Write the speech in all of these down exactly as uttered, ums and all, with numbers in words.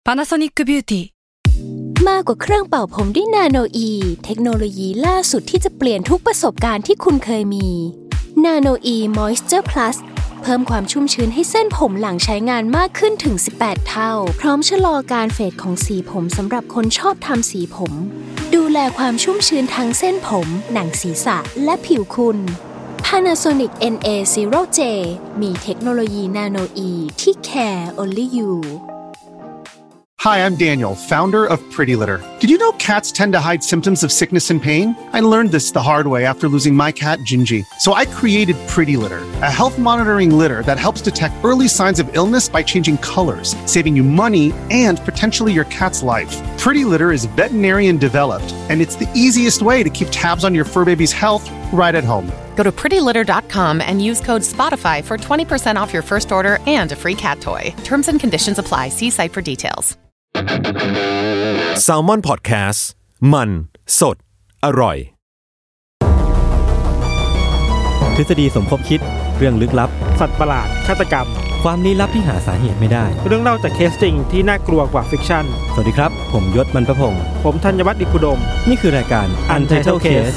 Panasonic Beauty มากกว่าเครื่องเป่าผมด้วยนาโนอีเทคโนโลยีล่าสุดที่จะเปลี่ยนทุกประสบการณ์ที่คุณเคยมีนาโนอีมอยส์เจอร์พลัสเพิ่มความชุ่มชื้นให้เส้นผมหลังใช้งานมากขึ้นถึงสิบแปดเท่าพร้อมชะลอการเฟดของสีผมสำหรับคนชอบทำสีผมดูแลความชุ่มชื้นทั้งเส้นผมหนังศีรษะและผิวคุณ Panasonic เอ็น เอ ศูนย์ เจ มีเทคโนโลยีนาโนอีที่ care only you Hi, I'm Daniel, founder of Pretty Litter. Did you know cats tend to hide symptoms of sickness and pain? I learned this the hard way after losing my cat, Gingy. So I created Pretty Litter, a health monitoring litter that helps detect early signs of illness by changing colors, saving you money and potentially your cat's life. Pretty Litter is veterinarian developed, and it's the easiest way to keep tabs on your fur baby's health right at home. Go to pretty litter dot com and use code SPOTIFY for twenty percent off your first order and a free cat toy. Terms and conditions apply. See site for details. Salmon Podcast มันสดอร่อยทฤษฎีสมคบคิดเรื่องลึกลับสัตว์ประหลาดฆาตกรรมความลี้ลับที่หาสาเหตุไม่ได้เรื่องเล่าจากเคสจริงที่น่ากลัวกว่าฟิกชั่นสวัสดีครับผมยศมันประพงษ์ผมธัญวัฒน์อิพุดมนี่คือรายการ Untitled Case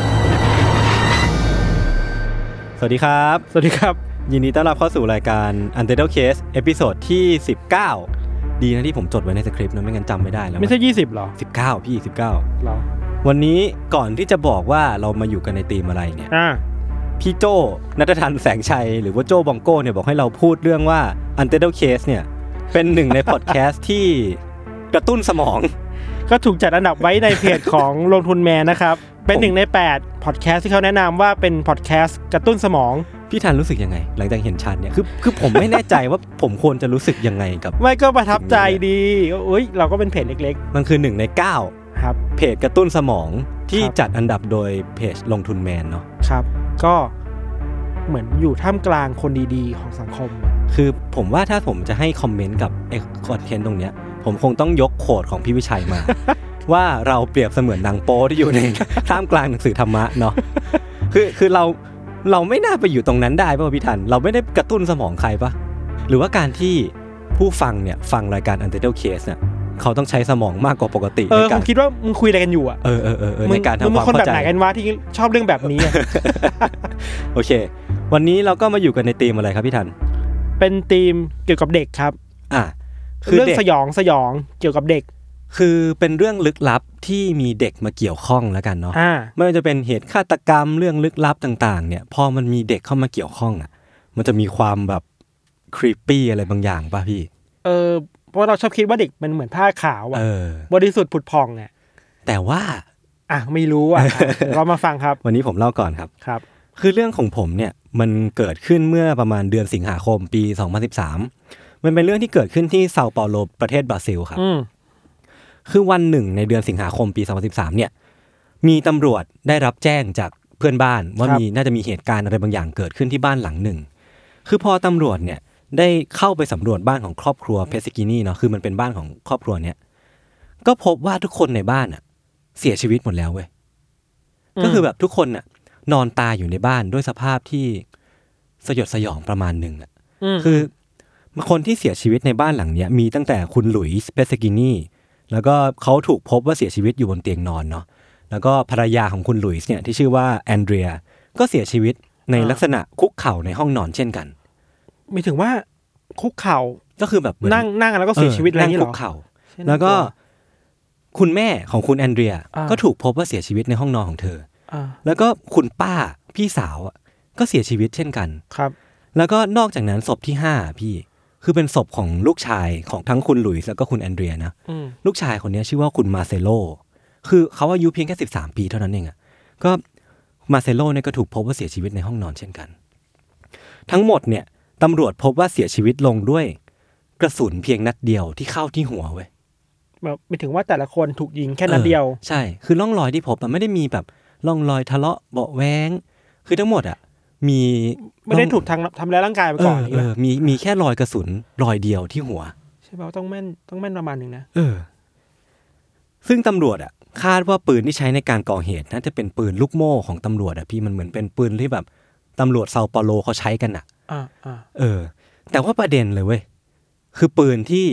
สวัสดีครับสวัสดีครับยินดีต้อนรับเข้าสู่รายการ Untitled Case เอพิโซดที่สิบเก้าดีนะที่ผมจดไว้ในสคริปต์นะไม่งั้นจำไม่ได้แล้วไม่ใช่ยี่สิบหรอสิบเก้าพี่สิบเก้าหรอวันนี้ก่อนที่จะบอกว่าเรามาอยู่กันในธีมอะไรเนี่ยอ่าพี่โจณัฐทันแสงชัยหรือว่าโจบองโก้เนี่ยบอกให้เราพูดเรื่องว่า Untitled Case เนี่ยเป็นหนึ่งในพอดแคสต์ที่กระตุ้นสมองก็ถูกจัดอันดับไว้ในเพจของลงทุนแมนนะครับเป็นหนึ่งในแปดพอดแคสต์ที่เขาแนะนำว่าเป็นพอดแคสต์กระตุ้นสมองพี่ทันรู้สึกยังไงหลังจากเห็นชันเนี่ยคือคือผมไม่แน่ใจว่าผมควรจะรู้สึกยังไงกับไม่ก็ประทับใจดีเอ้ยเราก็เป็นเพจเล็กๆมันคือหนึ่งในเก้าครับเพจกระตุ้นสมองที่จัดอันดับโดยเพจลงทุนแมนเนาะครับก็เหมือนอยู่ท่ามกลางคนดีๆของสังคมคือผมว่าถ้าผมจะให้คอมเมนต์กับไอ้คอนเทนต์ตรงเนี้ยผมคงต้องยกโคดของพี่วิชัยมา ว่าเราเปรียบเสมือนนางโป๊ที่อยู่ในท่ามกลางหนังสือธรรมะเนาะคือคือเราเราไม่น่าไปอยู่ตรงนั้นได้ป่ะพี่ทันเราไม่ได้กระตุ้นสมองใครป่ะหรือว่าการที่ผู้ฟังเนี่ยฟังรายการ Untitled Case เนี่ยเขาต้องใช้สมองมากกว่าปกติในการผมคิดว่ามึงคุยอะไรกันอยู่อ่ะเออเออเออในการทำความเข้าใจมึงคนแบบไหนกันวะที่ชอบเรื่องแบบนี้โอเควันนี้เราก็มาอยู่กันในธีมอะไรครับพี่ทันเป็นธีมเกี่ยวกับเด็กครับอ่ะคือเรื่องสยองสยองเกี่ยวกับเด็กคือเป็นเรื่องลึกลับที่มีเด็กมาเกี่ยวข้องแล้วกันเนาะไม่ว่าจะเป็นเหตุฆาตกรรมเรื่องลึกลับต่างๆเนี่ยพอมันมีเด็กเข้ามาเกี่ยวข้องอ่ะมันจะมีความแบบครีปปี้อะไรบางอย่างป่ะพี่เออเพราะเราชอบคิดว่าเด็กมันเหมือนผ้าขาวอ่ะบริสุทธิ์ผุดผ่องอ่ะแต่ว่าอ่ะไม่รู้อ่ะ เรามาฟังครับวันนี้ผมเล่าก่อนครับครับคือเรื่องของผมเนี่ยมันเกิดขึ้นเมื่อประมาณเดือนสิงหาคมปีสองพันสิบสามมันเป็นเรื่องที่เกิดขึ้นที่เซาเปาโลประเทศบราซิลครับคือวันหนึ่งในเดือนสิงหาคมปีสองพันสิบสามเนี่ยมีตำรวจได้รับแจ้งจากเพื่อนบ้านว่ามีน่าจะมีเหตุการณ์อะไรบางอย่างเกิดขึ้นที่บ้านหลังหนึ่งคือพอตำรวจเนี่ยได้เข้าไปสำรวจบ้านของครอบครัวเพสกินีเนาะคือมันเป็นบ้านของครอบครัวเนี่ยก็พบว่าทุกคนในบ้านอ่ะเสียชีวิตหมดแล้วเว้ยก็คือแบบทุกคนน่ะนอนตายอยู่ในบ้านด้วยสภาพที่สยดสยองประมาณหนึ่งอ่ะคือคนที่เสียชีวิตในบ้านหลังเนี้ยมีตั้งแต่คุณหลุยส์เพสกินีแล้วก็เขาถูกพบว่าเสียชีวิตอยู่บนเตียงนอนเนาะแล้วก็ภรรยาของคุณหลุยส์เนี่ยที่ชื่อว่าแอนเดรียก็เสียชีวิตในลักษณะคุกเข่าในห้องนอนเช่นกันหมายถึงว่าคุกเข่าก็คือแบบนั่งนั่งแล้วก็เสียชีวิตอะไรนี่หรอคุกเข่าแล้วก็คุณแม่ของคุณแอนเดรียก็ถูกพบว่าเสียชีวิตในห้องนอนของเธอแล้วก็คุณป้าพี่สาวก็เสียชีวิตเช่นกันครับแล้วก็นอกจากนั้นศพที่ห้าพี่คือเป็นศพของลูกชายของทั้งคุณหลุยส์แล้วก็คุณแอนเดรียนะลูกชายคนนี้ชื่อว่าคุณมาเซโลคือเขาอายุเพียงแค่สิบสามปีเท่านั้นเองอ่ะก็มาเซโลเนี่ยก็ถูกพบว่าเสียชีวิตในห้องนอนเช่นกันทั้งหมดเนี่ยตำรวจพบว่าเสียชีวิตลงด้วยกระสุนเพียงนัดเดียวที่เข้าที่หัวเว้ยแบบไม่ถึงว่าแต่ละคนถูกยิงแค่นัดเดียวใช่คือร่องรอยที่พบมันไม่ได้มีแบบร่องรอยทะเลาะเบาะแว้งคือทั้งหมดอ่ะมีไม่ได้ถูกทางทำร้ายร่างกายมาก่อนเออมีมีแค่รอยกระสุนรอยเดียวที่หัวใช่ป่ะต้องแม่นต้องแม่นประมาณนึงนะเออซึ่งตำรวจอ่ะคาดว่าปืนที่ใช้ในการก่อเหตุน่าจะเป็นปืนลูกโม่ของตำรวจอ่ะพี่มันเหมือนเป็นปืนที่แบบตำรวจเซาเปาโลเขาใช้กันอ่ะอ่าอ่าเออแต่ว่าประเด็นเลยเว้ยคือปืนที่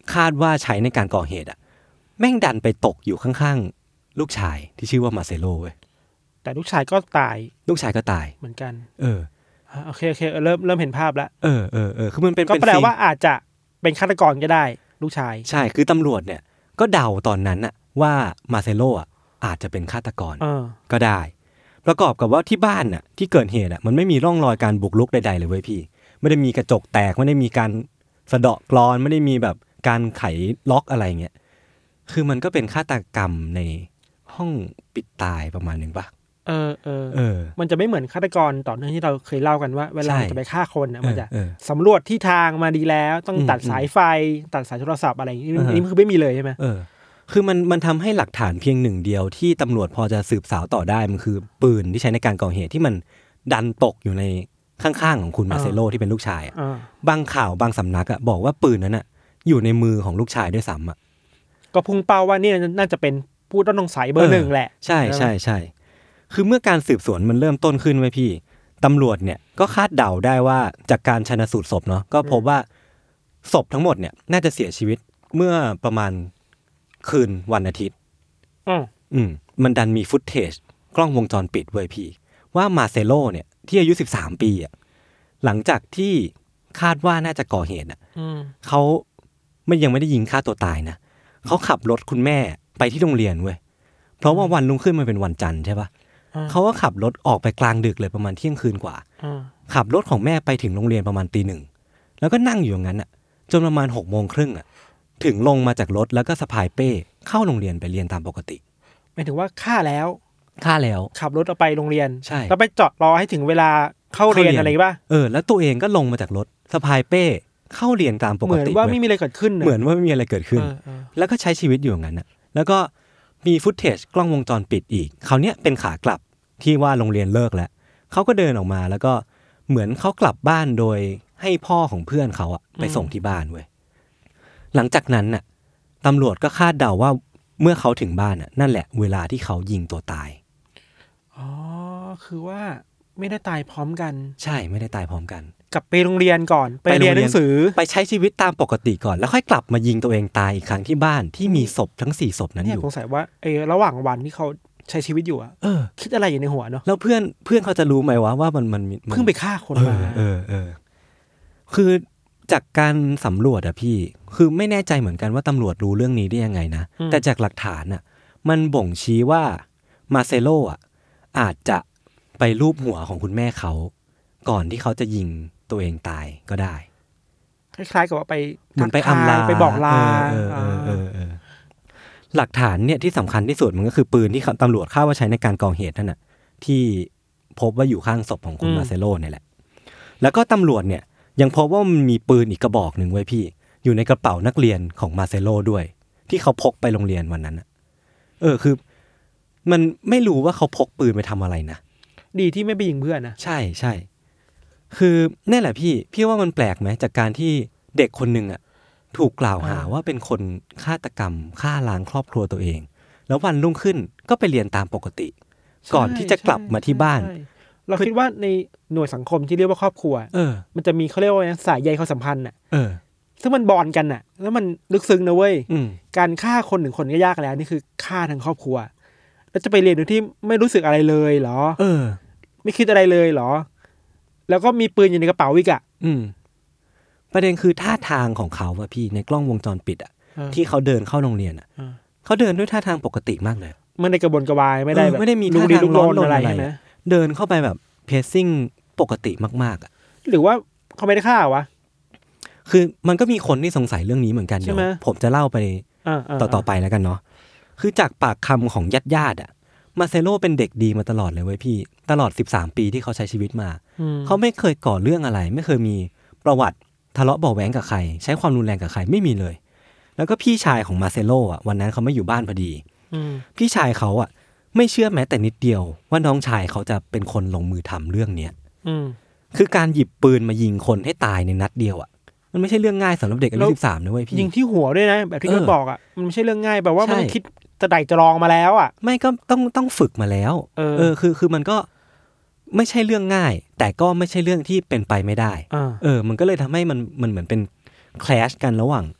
คาดว่าใช้ในการก่อเหตุอ่ะแม่งดันไปตกอยู่ข้างๆลูกชายที่ชื่อว่ามาเซโลเว้ยแต่ลูกชายก็ตายลูกชายก็ตายเหมือนกันเออโอเคโอเคเริ่มเริ่มเห็นภาพแล้วเออเออเออคือมันเป็นก็แปลว่าอาจจะเป็นฆาตกรก็ได้ลูกชายใช่คือตำรวจเนี่ยก็เดาตอนนั้นน่ะว่ามาเซโลอ่ะอาจจะเป็นฆาตกรก็ได้ประกอบกับว่าที่บ้านน่ะที่เกิดเหตุอ่ะมันไม่มีร่องรอยการบุกรุกใดๆเลยเว้ยพี่ไม่ได้มีกระจกแตกไม่ได้มีการสะเดาะกลอนไม่ได้มีแบบการไขล็อกอะไรเงี้ยคือมันก็เป็นฆาตกรรมในห้องปิดตายประมาณนึงป่ะเออเออเออมันจะไม่เหมือนฆาตกรต่อเนื่องที่เราเคยเล่ากันว่าเวลาจะไปฆ่าคนน่ะมันจะสำรวจที่ทางมาดีแล้วต้องตัดสายไฟตัดสายโทรศัพท์อะไรอย่างนี้นี่คือไม่มีเลยใช่ไหมเออคือมันมันทำให้หลักฐานเพียงหนึ่งเดียวที่ตำรวจพอจะสืบสาวต่อได้มันคือปืนที่ใช้ในการก่อเหตุที่มันดันตกอยู่ในข้างๆของคุณมาเซโลที่เป็นลูกชายอ่ะบางข่าวบางสำนักอ่ะบอกว่าปืนนั้นอ่ะอยู่ในมือของลูกชายด้วยซ้ำอ่ะก็พุ่งเป้าว่านี่น่าจะเป็นผู้ต้องสงสัยเบอร์หนึ่งแหละใช่ใช่ใช่คือเมื่อการสืบสวนมันเริ่มต้นขึ้นไว้พี่ตำรวจเนี่ยก็คาดเดาได้ว่าจากการชันสูตรศพเนาะก็พบว่าศพทั้งหมดเนี่ยน่าจะเสียชีวิตเมื่อประมาณคืนวันอาทิตย์อืมอืมมันดันมีฟุตเทจกล้องวงจรปิดไว้พี่ว่ามาเซโลเนี่ยที่อายุสิบสามปีอ่ะหลังจากที่คาดว่าน่าจะก่อเหตุอ่ะเขาไม่ยังไม่ได้ยิงฆ่าตัวตายนะเขาขับรถคุณแม่ไปที่โรงเรียนเว้ยเพราะว่าวันรุ่งขึ้นมันเป็นวันจันทร์ใช่ปะเขาก็ขับรถออกไปกลางดึกเลยประมาณเที่ยงคืนกว่าขับรถของแม่ไปถึงโรงเรียนประมาณตีหนึ่งแล้วก็นั่งอยู่อย่างนั้นอ่ะจนประมาณหกโมงครึ่งอ่ะถึงลงมาจากรถแล้วก็สะพายเป้เข้าโรงเรียนไปเรียนตามปกติหมายถึงว่าฆ่าแล้วฆ่าแล้วขับรถออกไปโรงเรียนใช่แล้วไปจอดรอให้ถึงเวลาเข้าเรียนอะไรป่ะเออแล้วตัวเองก็ลงมาจากรถสะพายเป้เข้าเรียนตามปกติเหมือนว่าไม่มีอะไรเกิดขึ้นเหมือนว่าไม่มีอะไรเกิดขึ้นแล้วก็ใช้ชีวิตอยู่อย่างนั้นน่ะแล้วก็มีฟุตเทจกล้องวงจรปิดอีกคราวนี้เป็นขากลับที่ว่าโรงเรียนเลิกแล้วเขาก็เดินออกมาแล้วก็เหมือนเขากลับบ้านโดยให้พ่อของเพื่อนเขาอะไปส่งที่บ้านเว้ยหลังจากนั้นน่ะตำรวจก็คาดเดาว่าเมื่อเขาถึงบ้านน่ะนั่นแหละเวลาที่เขายิงตัวตายอ๋อคือว่าไม่ได้ตายพร้อมกันใช่ไม่ได้ตายพร้อมกันกลับไปโรงเรียนก่อนไปเรียนหนังสือไปใช้ชีวิตตามปกติก่อนแล้วค่อยกลับมายิงตัวเองตายอีกครั้งที่บ้านที่มีศพทั้งสี่ศพนั้นอยู่สงสัยว่าไอ้ระหว่างวันที่เขาใช้ชีวิตอยู่อะเออคิดอะไรอยู่ในหัวเนาะแล้วเพื่อนเพื่อนเขาจะรู้ไหมวะว่ามันมันเพิ่งไปฆ่าคนมาเออเออคือจากการสำรวจอะพี่คือไม่แน่ใจเหมือนกันว่าตำรวจรู้เรื่องนี้ได้ยังไงนะแต่จากหลักฐานอะมันบ่งชี้ว่ามาเซโลอะอาจจะไปลูบหัวของคุณแม่เขาก่อนที่เขาจะยิงตัวเองตายก็ได้คล้ายๆกับว่าไปเหมือนไปอำลาไปบอกลาหลักฐานเนี่ยที่สำคัญที่สุดมันก็คือปืนที่ตำรวจคาดว่าใช้ในการก่อเหตุนั่นน่ะที่พบว่าอยู่ข้างศพของคุณมาเซโลเนี่ยแหละแล้วก็ตำรวจเนี่ยยังพบว่ามันมีปืนอีกกระบอกหนึ่งไว้พี่อยู่ในกระเป๋านักเรียนของมาเซโลด้วยที่เขาพกไปโรงเรียนวันนั้นนะเออคือมันไม่รู้ว่าเขาพกปืนไปทำอะไรนะดีที่ไม่ไปยิงเพื่อนนะใช่ใช่คือนี่แหละพี่พี่ว่ามันแปลกไหมจากการที่เด็กคนหนึ่งอ่ะถูกกล่าวหาว่าเป็นคนฆาตกรรมฆ่าล้างครอบครัวตัวเองแล้ววันรุ่งขึ้นก็ไปเรียนตามปกติก่อนที่จะกลับมาที่บ้านเราคิดว่าในหน่วยสังคมที่เรียกว่าครอบครัวเออมันจะมีเขาเรียกว่าสายใยความสัมพันธ์อ่ะเออซึ่งมันบอนกันอ่ะแล้วมันลึกซึ้งนะเว้ยการฆ่าคนหนึ่งคนก็ยากแล้วนี่คือฆ่าทั้งครอบครัวแล้วจะไปเรียนโดยที่ไม่รู้สึกอะไรเลยเหรอเออไม่คิดอะไรเลยเหรอแล้วก็มีปืนอยู่ในกระเป๋าอีกอ่ะอืมประเด็นคือท่าทางของเขาอะพี่ในกล้องวงจรปิดอะที่เขาเดินเข้าโรงเรียนอะเขาเดินด้วยท่าทางปกติมากเลยไม่ได้กระบวนกระวายไม่ได้แบบไม่ได้มีท่าทางร้อนรนอะไรนะเดินเข้าไปแบบเพซซิ่งปกติมากๆอะหรือว่าเขาไม่ได้ฆ่าวะคือมันก็มีคนที่สงสัยเรื่องนี้เหมือนกันเดี๋ยวผมจะเล่าไปต่อๆไปแล้วกันเนาะคือจากปากคำของญาติๆอะมาเซโลเป็นเด็กดีมาตลอดเลยเว้ยพี่ตลอดสิบสามปีที่เขาใช้ชีวิตมาเขาไม่เคยก่อเรื่องอะไรไม่เคยมีประวัติทะเลาะเบาะแว้งกับใครใช้ความรุนแรงกับใครไม่มีเลยแล้วก็พี่ชายของมาเซโลอ่ะวันนั้นเขาไม่อยู่บ้านพอดีพี่ชายเขาอ่ะไม่เชื่อแม้แต่นิดเดียวว่าน้องชายเขาจะเป็นคนลงมือทำเรื่องเนี้ยคือการหยิบปืนมายิงคนให้ตายในนัดเดียวอ่ะมันไม่ใช่เรื่องง่ายสำหรับเด็กอายุสิบสามนะเว้ยพี่ยิงที่หัวด้วยนะแบบที่เขาบอกอ่ะมันไม่ใช่เรื่องง่ายแบบว่ามันคิดจะไต่จะลองมาแล้วอ่ะไม่ก็ต้องต้องฝึกมาแล้วเออเออคือคือมันก็ไม่ใช่เรื่องง่ายแต่ก็ไม่ใช่เรื่องที่เป็นไปไม่ได้เออมันก็เลยทำให้มันมันเหมือนเป็นแคลชกันระหว่าง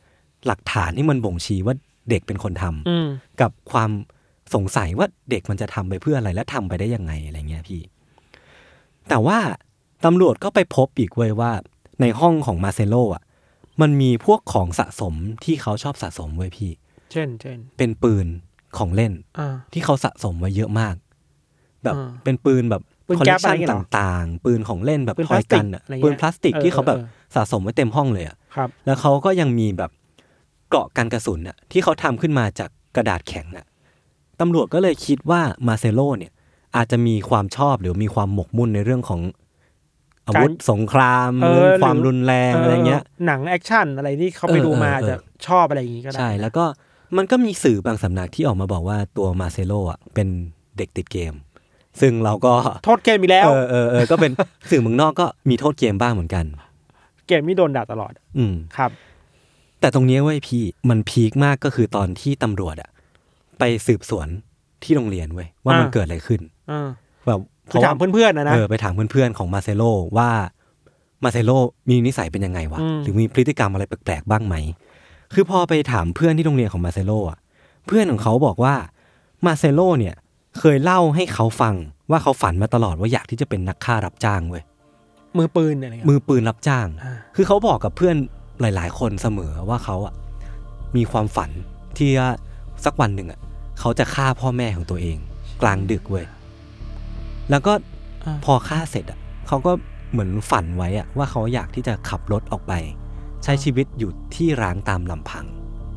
หลักฐานที่มันบ่งชี้ว่าเด็กเป็นคนทำกับความสงสัยว่าเด็กมันจะทำไปเพื่ออะไรและทำไปได้ยังไงอะไรเงี้ยพี่แต่ว่าตำรวจก็ไปพบอีกเว้ยว่าในห้องของมาเซโลอ่ะมันมีพวกของสะสมที่เขาชอบสะสมเว้ยพี่เช่นเช่นเป็นปืนของเล่นที่เขาสะสมไว้เยอะมากแบบเป็นปืนแบบคอลเลกชันต่างๆปืนของเล่นแบบทอยกันอ่ะปืนพลาสติกที่เขาแบบสะสมไว้เต็มห้องเลยอ่ะแล้วเขาก็ยังมีแบบเกราะกันกระสุนอ่ะที่เขาทำขึ้นมาจากกระดาษแข็งอ่ะตำรวจก็เลยคิดว่ามาเซโลเนี่ยอาจจะมีความชอบหรือมีความหมกมุ่นในเรื่องของอาวุธสงครามเรื่องความรุนแรงอะไรเงี้ยหนังแอคชั่นอะไรที่เขาไปดูมาจะชอบอะไรอย่างงี้ก็ได้ใช่แล้วก็มันก็มีสื่อบางสำนักที่ออกมาบอกว่าตัวมาเซโลอ่ะเป็นเด็กติดเกมซึ่งเราก็โทษเกมอีกแล้วเออเออเออก็เป็นสื่อเมืองนอกก็มีโทษเกมบ้างเหมือนกันเกมนี่โดนด่าตลอดอืมครับแต่ตรงนี้เว้ยพี่มันพีคมากก็คือตอนที่ตำรวจอ่ะไปสืบสวนที่โรงเรียนเว้ยว่ามันเกิดอะไรขึ้นแบบไปถามเพื่อนๆนะนะเออไปถามเพื่อนๆของมาเซโลว่ามาเซโลมีนิสัยเป็นยังไงวะหรือมีพฤติกรรมอะไรแปลกๆบ้างไหมคือพอไปถามเพื่อนที่โรงเรียนของมาเซโลอ่ะเพื่อนของเขาบอกว่ามาเซโลเนี่ยเคยเล่าให้เขาฟังว่าเขาฝันมาตลอดว่าอยากที่จะเป็นนักฆ่ารับจ้างเว้ยมือปืนอะไรเงี้ยมือปืนรับจ้างคือเขาบอกกับเพื่อนหลายๆคนเสมอว่าเขาอ่ะมีความฝันที่สักวันหนึ่งอ่ะเขาจะฆ่าพ่อแม่ของตัวเองกลางดึกเว้ยแล้วก็พอฆ่าเสร็จอ่ะเขาก็เหมือนฝันไว้อ่ะว่าเขาอยากที่จะขับรถออกไปใช้ชีวิตอยู่ที่ร้างตามลำพัง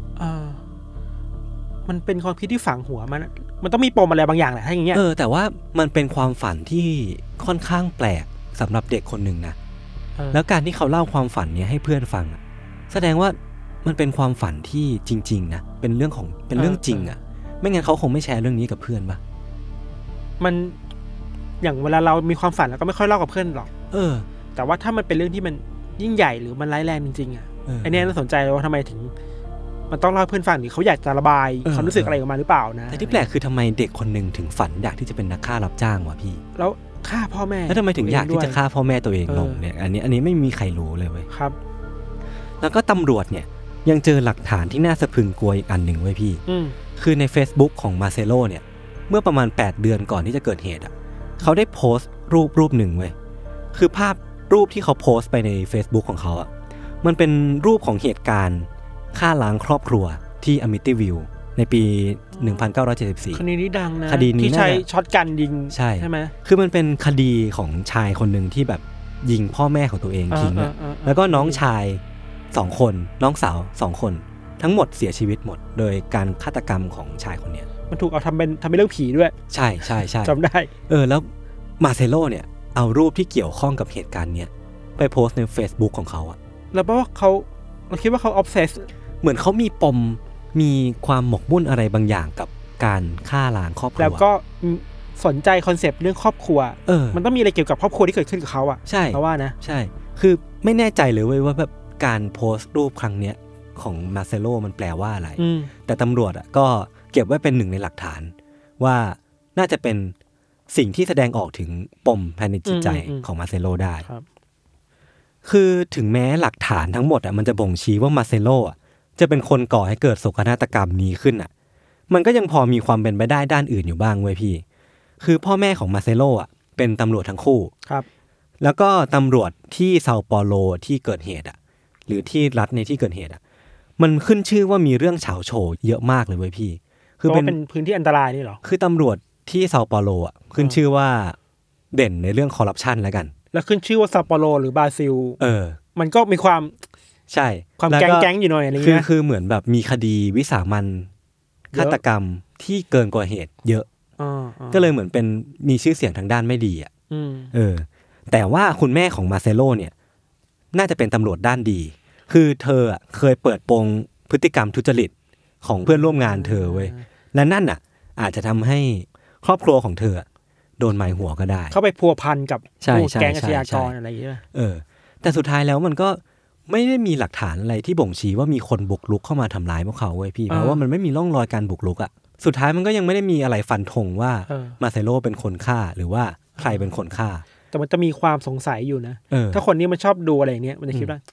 มันเป็นความคิดที่ฝังหัวมันมันต้องมีปมอะไรบางอย่างแหละถ้าอย่างเงี้ยเออแต่ว่ามันเป็นความฝันที่ค่อนข้างแปลกสำหรับเด็กคนหนึ่งนะแล้วการที่เขาเล่าความฝันเนี้ยให้เพื่อนฟังอ่ะแสดงว่ามันเป็นความฝันที่จริงๆนะเป็นเรื่องของเป็นเรื่องจริงอ่ะไม่งั้นเขาคงไม่แชร์เรื่องนี้กับเพื่อนป่ะมันอย่างเวลาเรามีความฝันเราก็ไม่ค่อยเล่ากับเพื่อนหรอกเออแต่ว่าถ้ามันเป็นเรื่องที่มันยิ่งใหญ่หรือมันร้ายแรงจริงๆอ่ะไอ้นี่น่าสนใจว่าทำไมถึงมันต้องเล่าเพื่อนฟังหรือเขาอยากจะระบายความรู้สึกอะไรออกมาหรือเปล่านะแต่ที่แปลกคือทำไมเด็กคนนึงถึงฝันอยากที่จะเป็นนักฆ่ารับจ้างวะพี่แล้วฆ่าพ่อแม่แล้วทำไมถึงอยากที่จะฆ่าพ่อแม่ตัวเองลงเนี่ยอันนี้อันนี้ไม่มีใครรู้เลยเว้ยครับแล้วก็ตำรวจเนี่ยยังเจอหลักฐานที่น่าสะพรึงกลัวอีกอันหนึ่งเว้ยพี่คือใน Facebook ของมาเซโลเนี่ยเมื่อประมาณแปดเดือนก่อนที่จะเกิดเหตุอ่ะเขาได้โพสต์รูปรูปหนึ่งเว้ยคือภาพรูปที่เขาโพสต์ไปใน Facebook ของเขาอ่ะมันเป็นรูปของเหตุการณ์ฆ่าล้างครอบครัวที่อมิตี้วิลล์ในปีหนึ่งพันเก้าร้อยเจ็ดสิบสี่คดีนี้ดังนะคดีนี้ที่ใช้ช็อตกันยิงใช่ใช่ไหมคือมันเป็นคดีของชายคนหนึ่งที่แบบยิงพ่อแม่ของตัวเองทิ้งอ่ะแล้วก็น้องชายสองคนน้องสาวสองคนทั้งหมดเสียชีวิตหมดโดยการฆาตกรรมของชายคนนี้มันถูกเอาทำเป็นทำเป็นเรื่องผีด้วยใช่ใช่ใช่จำได้เออแล้วมาเซโลเนี่ยเอารูปที่เกี่ยวข้องกับเหตุการณ์เนี้ยไปโพสต์ใน Facebook ของเขาอะแล้วเพราะว่าเขาเราคิดว่าเขาออฟเซสเหมือนเขามีปมมีความหมกมุ่นอะไรบางอย่างกับการฆ่าล้างครอบครัวแล้วก็สนใจคอนเซปต์เรื่องครอบครัวเออมันต้องมีอะไรเกี่ยวกับครอบครัวที่เกิดขึ้นกับเขาอะใช่เพราะว่านะใช่คือไม่แน่ใจเลยเว้ยว่าแบบการโพสต์รูปครั้งเนี้ยของมาเซโลมันแปลว่าอะไรแต่ตำรวจอะก็เก็บไว้เป็นหนึ่งในหลักฐานว่าน่าจะเป็นสิ่งที่แสดงออกถึงปมภายในจิตใจของมาเซโลได้คือถึงแม้หลักฐานทั้งหมดอ่ะมันจะบ่งชี้ว่ามาเซโลอ่ะจะเป็นคนก่อให้เกิดโศกนาฏกรรมนี้ขึ้นอ่ะมันก็ยังพอมีความเป็นไปได้ด้านอื่นอยู่บ้างเว้ยพี่คือพ่อแม่ของมาเซโลอ่ะเป็นตำรวจทั้งคู่ครับแล้วก็ตำรวจที่เซาเปาโลที่เกิดเหตุอ่ะหรือที่รัฐในที่เกิดเหตุอ่ะมันขึ้นชื่อว่ามีเรื่องเฉาโฉเยอะมากเลยเว้ยพี่คือเป็นพื้นที่อันตรายนี่หรอคือตำรวจที่เซาเปาโลอ่ะขึ้นชื่อว่าเด่นในเรื่องคอร์รัปชันแล้วกันแล้วขึ้นชื่อว่าเซาเปาโลหรือบราซิลเออมันก็มีความใช่ความแก๊งๆอยู่หน่อยอะไรเงี้ยคือคือเหมือนแบบมีคดีวิสามันฆาตกรรมที่เกินกว่าเหตุเยอะก็เลยเหมือนเป็นมีชื่อเสียงทางด้านไม่ดีอ่ะเออแต่ว่าคุณแม่ของมาเซโลเนี่ยน่าจะเป็นตำรวจด้านดีคือเธออ่ะเคยเปิดโปงพฤติกรรมทุจริตของเพื่อนร่วมงานเธอเว้ยและนั่นอ่ะอาจจะทำให้ครอบครัวของเธอโดนหมายหัวก็ได้เข้าไปพัวพันกับผู้แก๊งอาชญากรอะไรอย่างเงี้ยเออแต่สุดท้ายแล้วมันก็ไม่ได้มีหลักฐานอะไรที่บ่งชี้ว่ามีคนบุกรุกเข้ามาทำร้ายพวกเขาเว้ยพี่เพราะว่ามันไม่มีร่องรอยการบุกรุกอ่ะสุดท้ายมันก็ยังไม่ได้มีอะไรฟันธงว่ามาเซโลเป็นคนฆ่าหรือว่าใครเป็นคนฆ่าแต่มันจะมีความสงสัยอยู่นะถ้าคนนี้มันชอบดูอะไรอย่างเงี้ยมันจะคิดว่า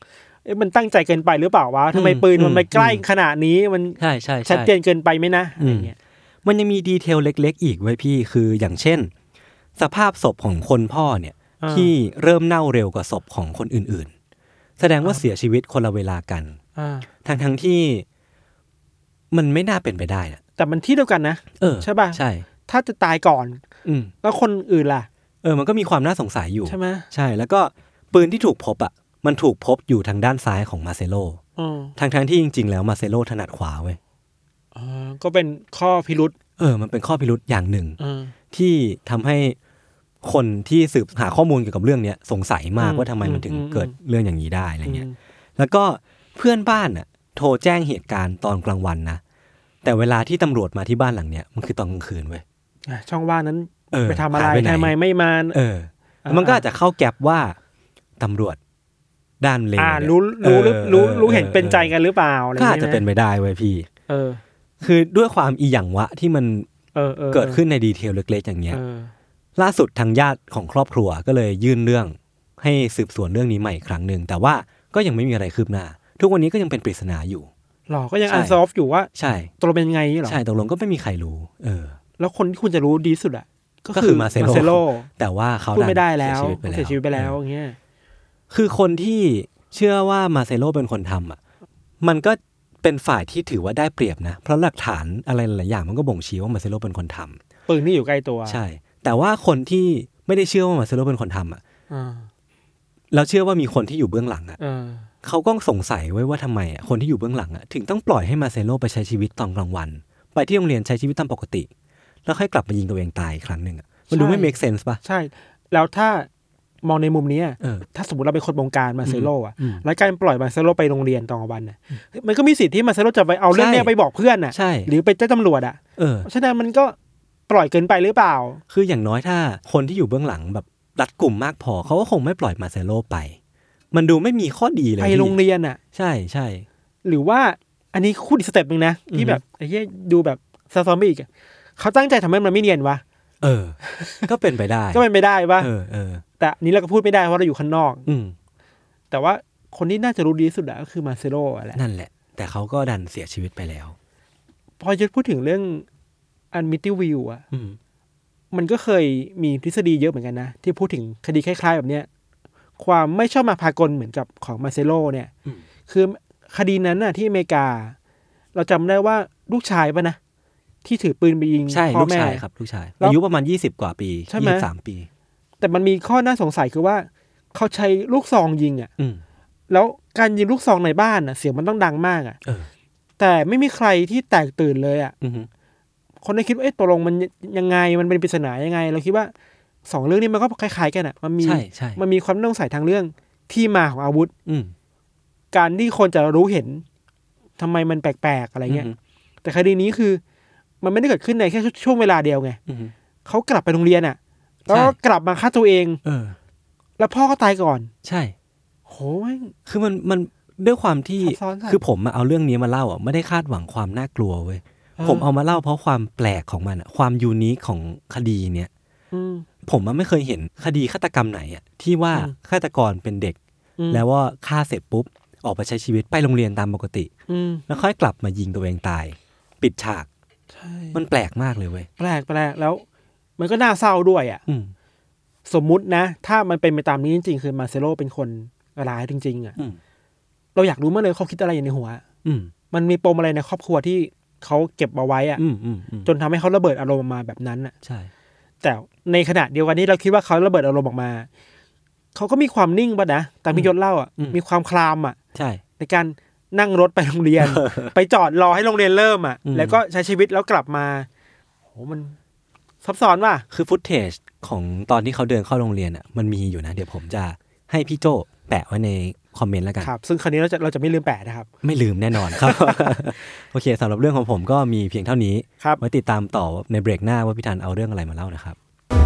เอ๊ะมันตั้งใจเกินไปหรือเปล่าวะทำไมปืนมันไปใกล้ขนาดนี้มันใช่ใช่ชัดเจนเกินไปไหมนะอะไรเงี้ยมันยังมีดีเทลเล็กๆอีกไว้พี่คืออย่างเช่นสภาพศพของคนพ่อเนี่ยที่เริ่มเน่าเร็วกว่าศพของคนอื่นๆแสดงว่าเสียชีวิตคนละเวลากันทั้งทั้งที่มันไม่น่าเป็นไปได้นะแต่มันที่เดียวกันนะเออใช่ป่ะใช่ถ้าจะตายก่อนแล้วคนอื่นล่ะเออมันก็มีความน่าสงสัยอยู่ใช่ไหมใช่แล้วก็ปืนที่ถูกพบอ่ะมันถูกพบอยู่ทางด้านซ้ายของมาเซโลทั้งทั้งที่จริงๆแล้วมาเซโลถนัดขวาเว้ยอ๋อก็เป็นข้อพิรุธเออมันเป็นข้อพิรุธอย่างหนึ่งที่ทำให้คนที่สืบหาข้อมูลเกี่ยวกับเรื่องนี้สงสัยมากว่าทำไมมันถึงเกิดเรื่องอย่างนี้ได้อะไรเงี้ยแล้วก็เพื่อนบ้านอ่ะโทรแจ้งเหตุการณ์ตอนกลางวันนะแต่เวลาที่ตำรวจมาที่บ้านหลังเนี้ยมันคือตอนกลางคืนเว้ยช่องว่างนั้นไปทำอะไรทำไมไม่มาเออมันก็อาจจะเข้าแก็บว่าตำรวจด้านเลวเนี่ยรู้รู้รู้รู้เห็นเป็นใจกันหรือเปล่าก็อาจจะเป็นไปได้เว้ยพี่เออคือด้วยความอีหยังวะที่มันเกิดขึ้นในดีเทลเล็กๆอย่างเงี้ยล่าสุดทางญาติของครอบครัวก็เลยยื่นเรื่องให้สืบสวนเรื่องนี้ใหม่อีกครั้งหนึ่งแต่ว่าก็ยังไม่มีอะไรคืบหน้าทุกวันนี้ก็ยังเป็นปริศนาอยู่หรอก็ยังอันซอฟอยู่ว่าใช่ตกลงเป็นไงหรอใช่ตกลงก็ไม่มีใครรู้เออแล้วคนที่คุณจะรู้ดีสุดอ่ะก็คือมาเซโลแต่ว่าเขาพูดไม่ได้แล้วเสียชีวิตไปแล้วอย่างเงี้ยคือคนที่เชื่อว่ามาเซโลเป็นคนทำอ่ะมันก็เป็นฝ่ายที่ถือว่าได้เปรียบนะเพราะหลักฐานอะไรหลายอย่างมันก็บ่งชี้ว่ามาเซโลเป็นคนทำปืนที่อยู่ใกล้ตัวใช่แต่ว่าคนที่ไม่ได้เชื่อว่ามาเซโลเป็นคนทำอ่ะแล้วเชื่อว่ามีคนที่อยู่เบื้องหลังอ่ะเขาก็สงสัยไว้ว่าทำไมอ่ะคนที่อยู่เบื้องหลังอ่ะถึงต้องปล่อยให้มาเซโลไปใช้ชีวิตตอนกลางวันไปที่โรงเรียนใช้ชีวิตตามปกติแล้วค่อยกลับมายิงตัวเองตายอีกครั้งหนึ่งอ่ะมันดูไม่ make sense ป่ะใช่แล้วถ้ามองในมุมนี้ถ้าสมมติเราเป็นคนบงการมาเซโลอ่ะแล้วการปล่อยมาเซโลไปโรงเรียนตอนกลางวันน่ะมันก็มีสิทธิ์ที่มาเซโลจะไปเอาเรื่องนี้ไปบอกเพื่อนน่ะหรือไปแจ้งตำรวจอ่ะเพราะฉะนั้นมันก็ปล่อยเกินไปหรือเปล่าคืออย่างน้อยถ้าคนที่อยู่เบื้องหลังแบบรัดกลุ่มมากพอเขาก็คงไม่ปล่อยมาเซโลไปมันดูไม่มีข้อดีเลยไปโรงเรียนอ่ะใช่ใช่หรือว่าอันนี้คู่อีกสเต็ปนึงนะที่แบบไอ้เหี้ยดูแบบซาซอมบี้อีกเขาตั้งใจทำให้มันไม่เนียนวะเออก็เป็นไปได้ก็เป็นไปได้ป่ะเออเออแต่นี้เราก็พูดไม่ได้เพราะเราอยู่ข้างนอกอืมแต่ว่าคนที่น่าจะรู้ดีสุดก็คือมาเซโลแหละนั่นแหละแต่เขาก็ดันเสียชีวิตไปแล้วพอจะพูดถึงเรื่องอันมิติวิวอ่ะมันก็เคยมีทฤษฎีเยอะเหมือนกันนะที่พูดถึงคดีคล้ายๆแบบเนี้ยความไม่ชอบมาพากลเหมือนกับของมาเซโลเนี่ยคือคดีนั้นน่ะที่อเมริกาเราจำได้ว่าลูกชายป่ะนะที่ถือปืนไปยิงพ่อแม่ใช่ลูกชายครับลูกชายอายุประมาณยี่สิบกว่าปียี่สิบสามปีแต่มันมีข้อน่าสงสัยคือว่าเขาใช้ลูกซองยิงอ่ะแล้วการยิงลูกซองในบ้านอ่ะเสียงมันต้องดังมากอ่ะแต่ไม่มีใครที่แตกตื่นเลยอ่ะคนได้คิดว่าเอ๊ะตกลงมันยังไงมันเป็นปริศนายังไงเราคิดว่าสองเรื่องนี้มันก็คล้ายๆกันอ่ะมันมีมันมีความน่าสงสัยทางเรื่องที่มาของอาวุธการที่คนจะรู้เห็นทำไมมันแปลกๆอะไรเงี้ยแต่คดีนี้คือมันไม่ได้เกิดขึ้นในแค่ช่วงเวลาเดียวไงเขากลับไปโรงเรียนอ่ะแล้วก็กลับมาฆ่าตัวเองเออแล้วพ่อก็ตายก่อนใช่โหคือมันมันด้วยความที่คือผมมาเอาเรื่องนี้มาเล่าอ่ะไม่ได้คาดหวังความน่ากลัวเว้ยผมเอามาเล่าเพราะความแปลกของมันอ่ะความยูนิคของคดีเนี้ยผมมันไม่เคยเห็นคดีฆาตกรรมไหนอ่ะที่ว่าฆาตกรเป็นเด็กแล้วว่าฆ่าเสร็จปุ๊บออกไปใช้ชีวิตไปโรงเรียนตามปกติแล้วค่อยกลับมายิงตัวเองตายปิดฉากมันแปลกมากเลยเว้ยแปลกแปลกแล้วมันก็น่าเศร้าด้วยอ่ะสมมุตินะถ้ามันเป็นไปตามนี้จริงๆคือมาเซโลเป็นคนร้ายจริงๆอ่ะเราอยากรู้มากเลยเขาคิดอะไรอยู่ในหัวมันมีปมอะไรในครอบครัวที่เขาเก็บเอาไว้อ่ะจนทำให้เขาระเบิดอารมณ์มาแบบนั้นอ่ะใช่แต่ในขณะเดียวกันนี้เราคิดว่าเขาระเบิดอารมณ์ออกมาเขาก็มีความนิ่งป่ะนะแต่พี่ยศเล่าอ่ะมีความคลามอ่ะใช่ในการนั่งรถไปโรงเรียน ไปจอดรอให้โรงเรียนเริ่มอ่ะแล้วก็ใช้ชีวิตแล้วกลับมาโหมันซับซ้อนว่ะคือฟุตเทจของตอนที่เขาเดินเข้าโรงเรียนอ่ะมันมีอยู่นะเดี๋ยวผมจะให้พี่โจแปะไว้ในคอมเมนต์แล้วกันครับซึ่งคราวนี้เราจะเราจะไม่ลืมแปะนะครับไม่ลืมแน่นอนครับ โอเคสำหรับเรื่องของผมก็มีเพียงเท่านี้ไว้ติดตามต่อในเบรกหน้าว่าพี่ธันเอาเรื่องอะไรมาเล่านะครับ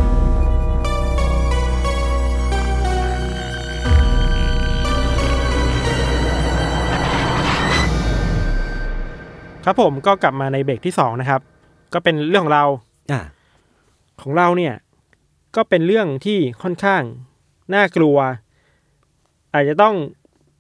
ครับผมก็กลับมาในเบรกที่สองนะครับก็เป็นเรื่องของเราอ่าของเราเนี่ยก็เป็นเรื่องที่ค่อนข้างน่ากลัวอาจจะต้อง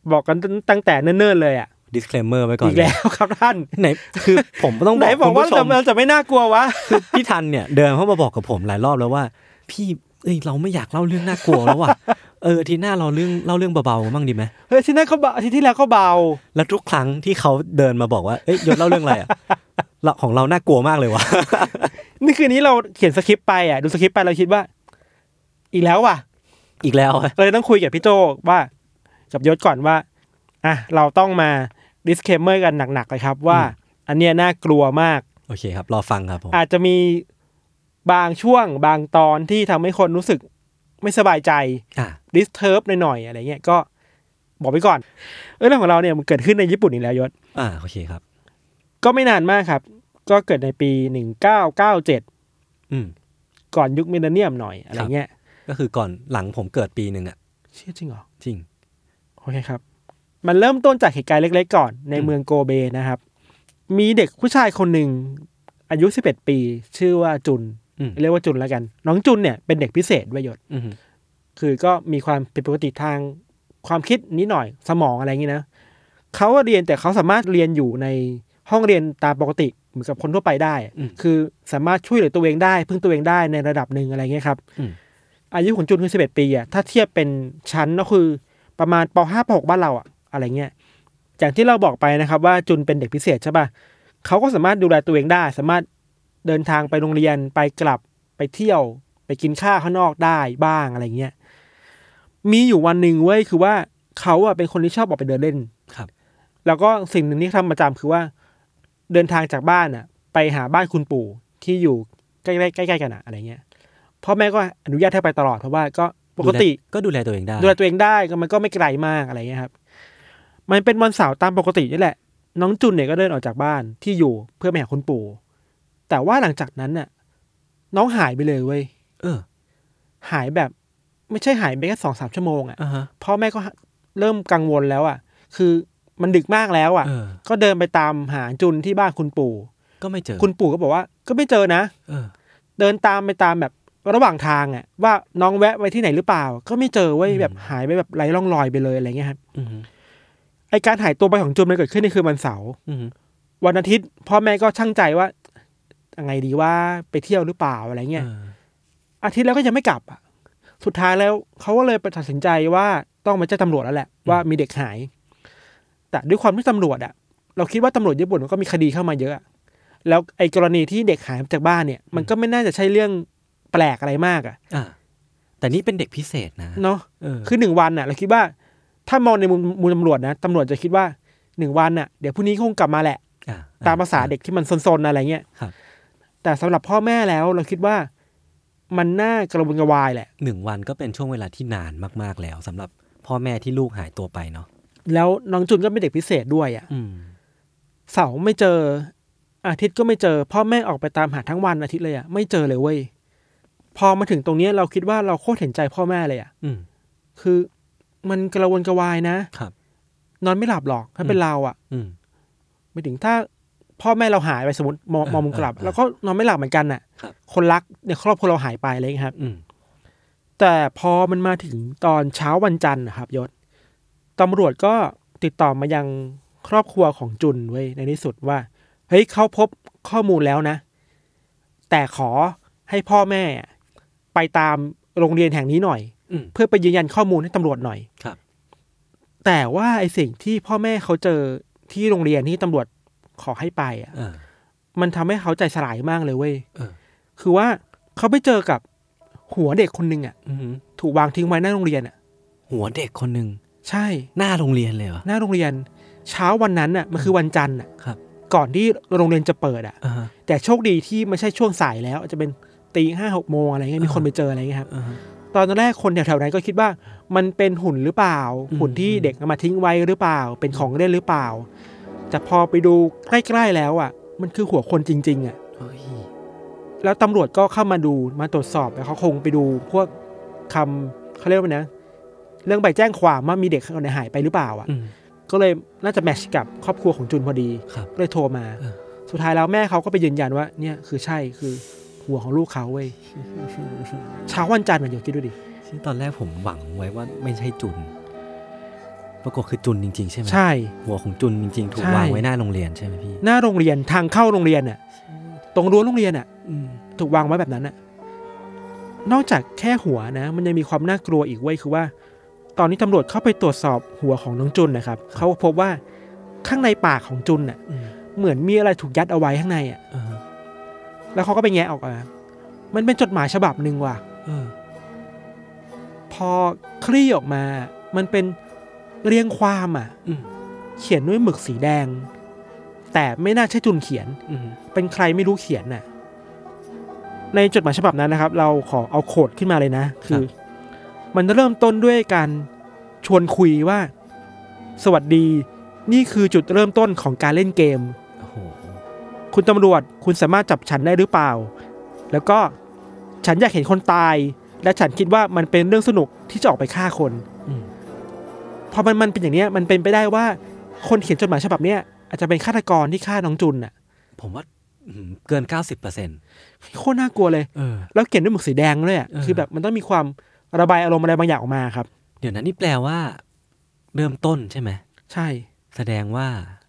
บอกกันตั้งแต่เนิ่นๆเลยอ่ะ disclaimer ไว้ก่อนอีกแล้วครับท่านไหนคือผมต้องบอกคุณผู้ชมว่าจะไม่น่ากลัววะคือพี่ทันเนี่ยเดินเข้ามาบอกกับผมหลายรอบแล้วว่าพี่เอ้ยเราไม่อยากเล่าเรื่องน่ากลัวแล้วว่ะเออทีหน้าเราเรื่องเล่าเรื่องเบาๆบ้างดีไหมเฮ้ยทีหน้าเขาเบาทีที่แล้วก็เบาแล้วทุกครั้งที่เขาเดินมาบอกว่าเอ้ยยศเล่าเรื่องอะไรอ่ะเราของเราน่ากลัวมากเลยว่ะนี่คืนนี้เราเขียนสคริปต์ไปอ่ะดูสคริปต์ไปเราคิดว่าอีกแล้วว่ะอีกแล้วเลยต้องคุยกับพี่โจว่ากับยศก่อนว่าอ่ะเราต้องมา disclaimer กันหนักๆเลยครับว่าอันเนี้ยน่ากลัวมากโอเคครับรอฟังครับผมอาจจะมีบางช่วงบางตอนที่ทำให้คนรู้สึกไม่สบายใจอ่ะ disturb หน่อยๆอะไรเงี้ยก็บอกไปก่อนเรื่องของเราเนี่ยมันเกิดขึ้นในญี่ปุ่นอีกแล้วยศอ่าโอเคครับก็ไม่นานมากครับก็เกิดในปีหนึ่งเก้าเก้าเจ็ดอืมก่อนยุคมิลเลนเนียมหน่อยอะไรเงี้ยก็คือก่อนหลังผมเกิดปีนึงอ่ะเชื่อจริงเหรอจริงโอเคครับมันเริ่มต้นจากเหตุการณ์เล็กๆก่อนในเมืองโกเบนะครับมีเด็กผู้ชายคนหนึ่งอายุสิบเอ็ดปีชื่อว่าจุนเรียกว่าจุนแล้วกันน้องจุนเนี่ยเป็นเด็กพิเศษด้วยยศคือก็มีความผิดปกติทางความคิดนิดหน่อยสมองอะไรอย่างนี้นะเขาเรียนแต่เขาสามารถเรียนอยู่ในห้องเรียนตามปกติเหมือนกับคนทั่วไปได้คือสามารถช่วยเหลือตัวเองได้พึ่งตัวเองได้ในระดับหนึ่งอะไรเงี้ยครับอายุของจุนคือสิบเอ็ดปีอ่ะถ้าเทียบเป็นชั้นก็คือประมาณป.ห้า ป.หกบ้านเราอ่ะอะไรเงี้ยอย่างที่เราบอกไปนะครับว่าจุนเป็นเด็กพิเศษใช่ป่ะเขาก็สามารถดูแลตัวเองได้สามารถเดินทางไปโรงเรียนไปกลับไปเที่ยวไปกินข้าวข้างนอกได้บ้างอะไรเงี้ยมีอยู่วันหนึ่งเว้ยคือว่าเขาอ่ะเป็นคนที่ชอบออกไปเดินเล่นครับแล้วก็สิ่งหนึ่งที่ทำประจำคือว่าเดินทางจากบ้านอ่ะไปหาบ้านคุณปู่ที่อยู่ใกล้ๆใกล้ๆกันอ่ะอะไรเงี้ยพ่อแม่ก็อนุญาตให้ไปตลอดเพราะว่าก็ปกติก็ดูแลตัวเองได้ดูแลตัวเองได้ก็มันก็ไม่ไกลมากอะไรเงี้ยครับมันเป็นวันเสาร์ตามปกตินี่แหละน้องจุนเนี่ยก็เดินออกจากบ้านที่อยู่เพื่อไปหาคุณปู่แต่ว่าหลังจากนั้นน่ะน้องหายไปเลยเว้ยเออหายแบบไม่ใช่หายไปแค่สองสามชั่วโมงอ่ะ uh-huh. พ่อแม่ก็เริ่มกังวลแล้วอ่ะคือมันดึกมากแล้วอ่ะ uh. ก็เดินไปตามหาจุนที่บ้านคุณปู่ก็ไม่เจอคุณปู่ก็บอกว่าก็ไม่เจอนะ uh. เดินตามไปตามแบบระหว่างทางอ่ะว่าน้องแวะไว้ที่ไหนหรือเปล่าก็ไม่เจอเว้ย uh. แบบหายไปแบบไร้ร่องรอยไปเลยอะไรเงี้ยครับ uh-huh. ไอการหายตัวไปของจุนมันเกิดขึ้นในคืนวันเสาร์ uh-huh. วันอาทิตย์พ่อแม่ก็ชั่งใจว่ายังไงดีว่าไปเที่ยวหรือเปล่าอะไรเงี้ย uh. อาทิตย์แล้วก็ยังไม่กลับอ่ะสุดท้ายแล้วเขาก็เลยไปตัดสินใจว่าต้องมาแจ้งตำรวจแล้วแหละว่ามีเด็กหายแต่ด้วยความที่ตำรวจอ่ะเราคิดว่าตำรวจญี่ปุ่นมันก็มีคดีเข้ามาเยอะแล้วไอ้กรณีที่เด็กหายจากบ้านเนี่ยมันก็ไม่น่าจะใช่เรื่องแปลกอะไรมากอ่ะแต่นี่เป็นเด็กพิเศษนะเนาะคือหนึ่งวันอ่ะเราคิดว่าถ้ามองในมุมมุมตำรวจนะตำรวจจะคิดว่าหนึ่งวันอ่ะเดี๋ยวพรุ่งนี้คงกลับมาแหละตามภาษาเด็กที่มันซนๆอะไรเงี้ยแต่สำหรับพ่อแม่แล้วเราคิดว่ามันน่ากระวนกระวายแหละหนึ่งวันก็เป็นช่วงเวลาที่นานมากๆแล้วสำหรับพ่อแม่ที่ลูกหายตัวไปเนาะแล้วน้องจุนก็เป็นเด็กพิเศษด้วยอ่ะเสาร์ไม่เจออาทิตย์ก็ไม่เจอพ่อแม่ออกไปตามหาทั้งวันอาทิตย์เลยอ่ะไม่เจอเลยเว้ยพอมาถึงตรงนี้เราคิดว่าเราโคตรเห็นใจพ่อแม่เลยอ่ะคือมันกระวนกระวายนะครับนอนไม่หลับหรอกถ้าเป็นเราอ่ะไม่ถึงถ้าพ่อแม่เราหายไปสมมติมองมองมุมกลับแล้วก็นอนไม่หลับเหมือนกันน่ะคนรักในครอบครัวเราหายไปอะไรอย่างเงี้ยครับแต่พอมันมาถึงตอนเช้าวันจันทร์นะครับยศตำรวจก็ติดต่อมายังครอบครัวของจุนไว้ในที่สุดว่าเฮ้ยเขาพบข้อมูลแล้วนะแต่ขอให้พ่อแม่ไปตามโรงเรียนแห่งนี้หน่อยเพื่อไปยืนยันข้อมูลให้ตำรวจหน่อยแต่ว่าไอ้สิ่งที่พ่อแม่เขาเจอที่โรงเรียนที่ตำรวจขอให้ไปอ่ะมันทำให้เขาใจสลายมากเลยเว้ยคือว่าเขาไปเจอกับหัวเด็กคนนึงอ่ะถูกวางทิ้งไว้หน้าโรงเรียนอ่ะหัวเด็กคนนึงใช่หน้าโรงเรียนเลยเหรอหน้าโรงเรียนเช้าวันนั้นอ่ะมันคือวันจันทร์อ่ะก่อนที่โรงเรียนจะเปิดอ่ะแต่โชคดีที่ไม่ใช่ช่วงสายแล้วจะเป็นตีห้าหกโมงอะไรเงี้ยมีคนไปเจออะไรเงี้ยครับตอนแรกคนแถวๆนั้นก็คิดว่ามันเป็นหุ่นหรือเปล่าหุ่นที่เด็กเอามาทิ้งไว้หรือเปล่าเป็นของเล่นหรือเปล่าแต่พอไปดูใกล้ๆแล้วอ่ะมันคือหัวคนจริงๆอ่ะแล้วตำรวจก็เข้ามาดูมาตรวจสอบแล้วเขาคงไปดูพวกคำเขาเรียกว่านะเรื่องใบแจ้งความว่ามีเด็กคนไหนหายไปหรือเปล่าอ่ะก็เลยน่าจะแมทช์กับครอบครัวของจุนพอดีก็เลยโทรมาสุดท้ายแล้วแม่เขาก็ไปยืนยันว่าเนี่ยคือใช่คือหัวของลูกเขาเว้ยเช้าวันจันทร์มันอยู่คิดดูดิตอนแรกผมหวังไว้ว่าไม่ใช่จุนปรากฏคือจุนจริงๆใช่ไหมใช่หัวของจุนจริงๆถูกวางไว้หน้าโรงเรียนใช่ไหมพี่หน้าโรงเรียนทางเข้าโรงเรียนน่ะตรงรั้วโรงเรียนน่ะถูกวางไว้แบบนั้นน่ะนอกจากแค่หัวนะมันยังมีความน่ากลัวอีกเว้ยคือว่าตอนนี้ตำรวจเข้าไปตรวจสอบหัวของน้องจุนนะครับเขาพบว่าข้างในปากของจุนน่ะเหมือนมีอะไรถูกยัดเอาไว้ข้างในอ่ะแล้วเขาก็ไปแงะออกมามันเป็นจดหมายฉบับนึงว่ะพอคลี่ออกมามันเป็นเรียงความอ่ะเขียนด้วยหมึกสีแดงแต่ไม่น่าใช่จุนเขียนเป็นใครไม่รู้เขียนน่ะในจดหมายฉบับนั้นนะครับเราขอเอาโคดขึ้นมาเลยนะคือมันเริ่มต้นด้วยการชวนคุยว่าสวัสดีนี่คือจุดเริ่มต้นของการเล่นเกมคุณตำรวจคุณสามารถจับฉันได้หรือเปล่าแล้วก็ฉันอยากเห็นคนตายและฉันคิดว่ามันเป็นเรื่องสนุกที่จะออกไปฆ่าคนพอมันมันเป็นอย่างนี้มันเป็นไปได้ว่าคนเขียนจดหมายฉบับนี้อาจจะเป็นฆาตกรที่ฆ่าน้องจุนน่ะผมว่าเกิน เก้าสิบเปอร์เซ็นต์โคตรน่ากลัวเลยแล้วเขียนด้วยหมึกสีแดงด้วยอ่ะคือแบบมันต้องมีความระบายอารมณ์อะไรบางอย่างออกมาครับเดี๋ยวนั้นนี่แปลว่าเริ่มต้นใช่ไหมใช่แสดงว่า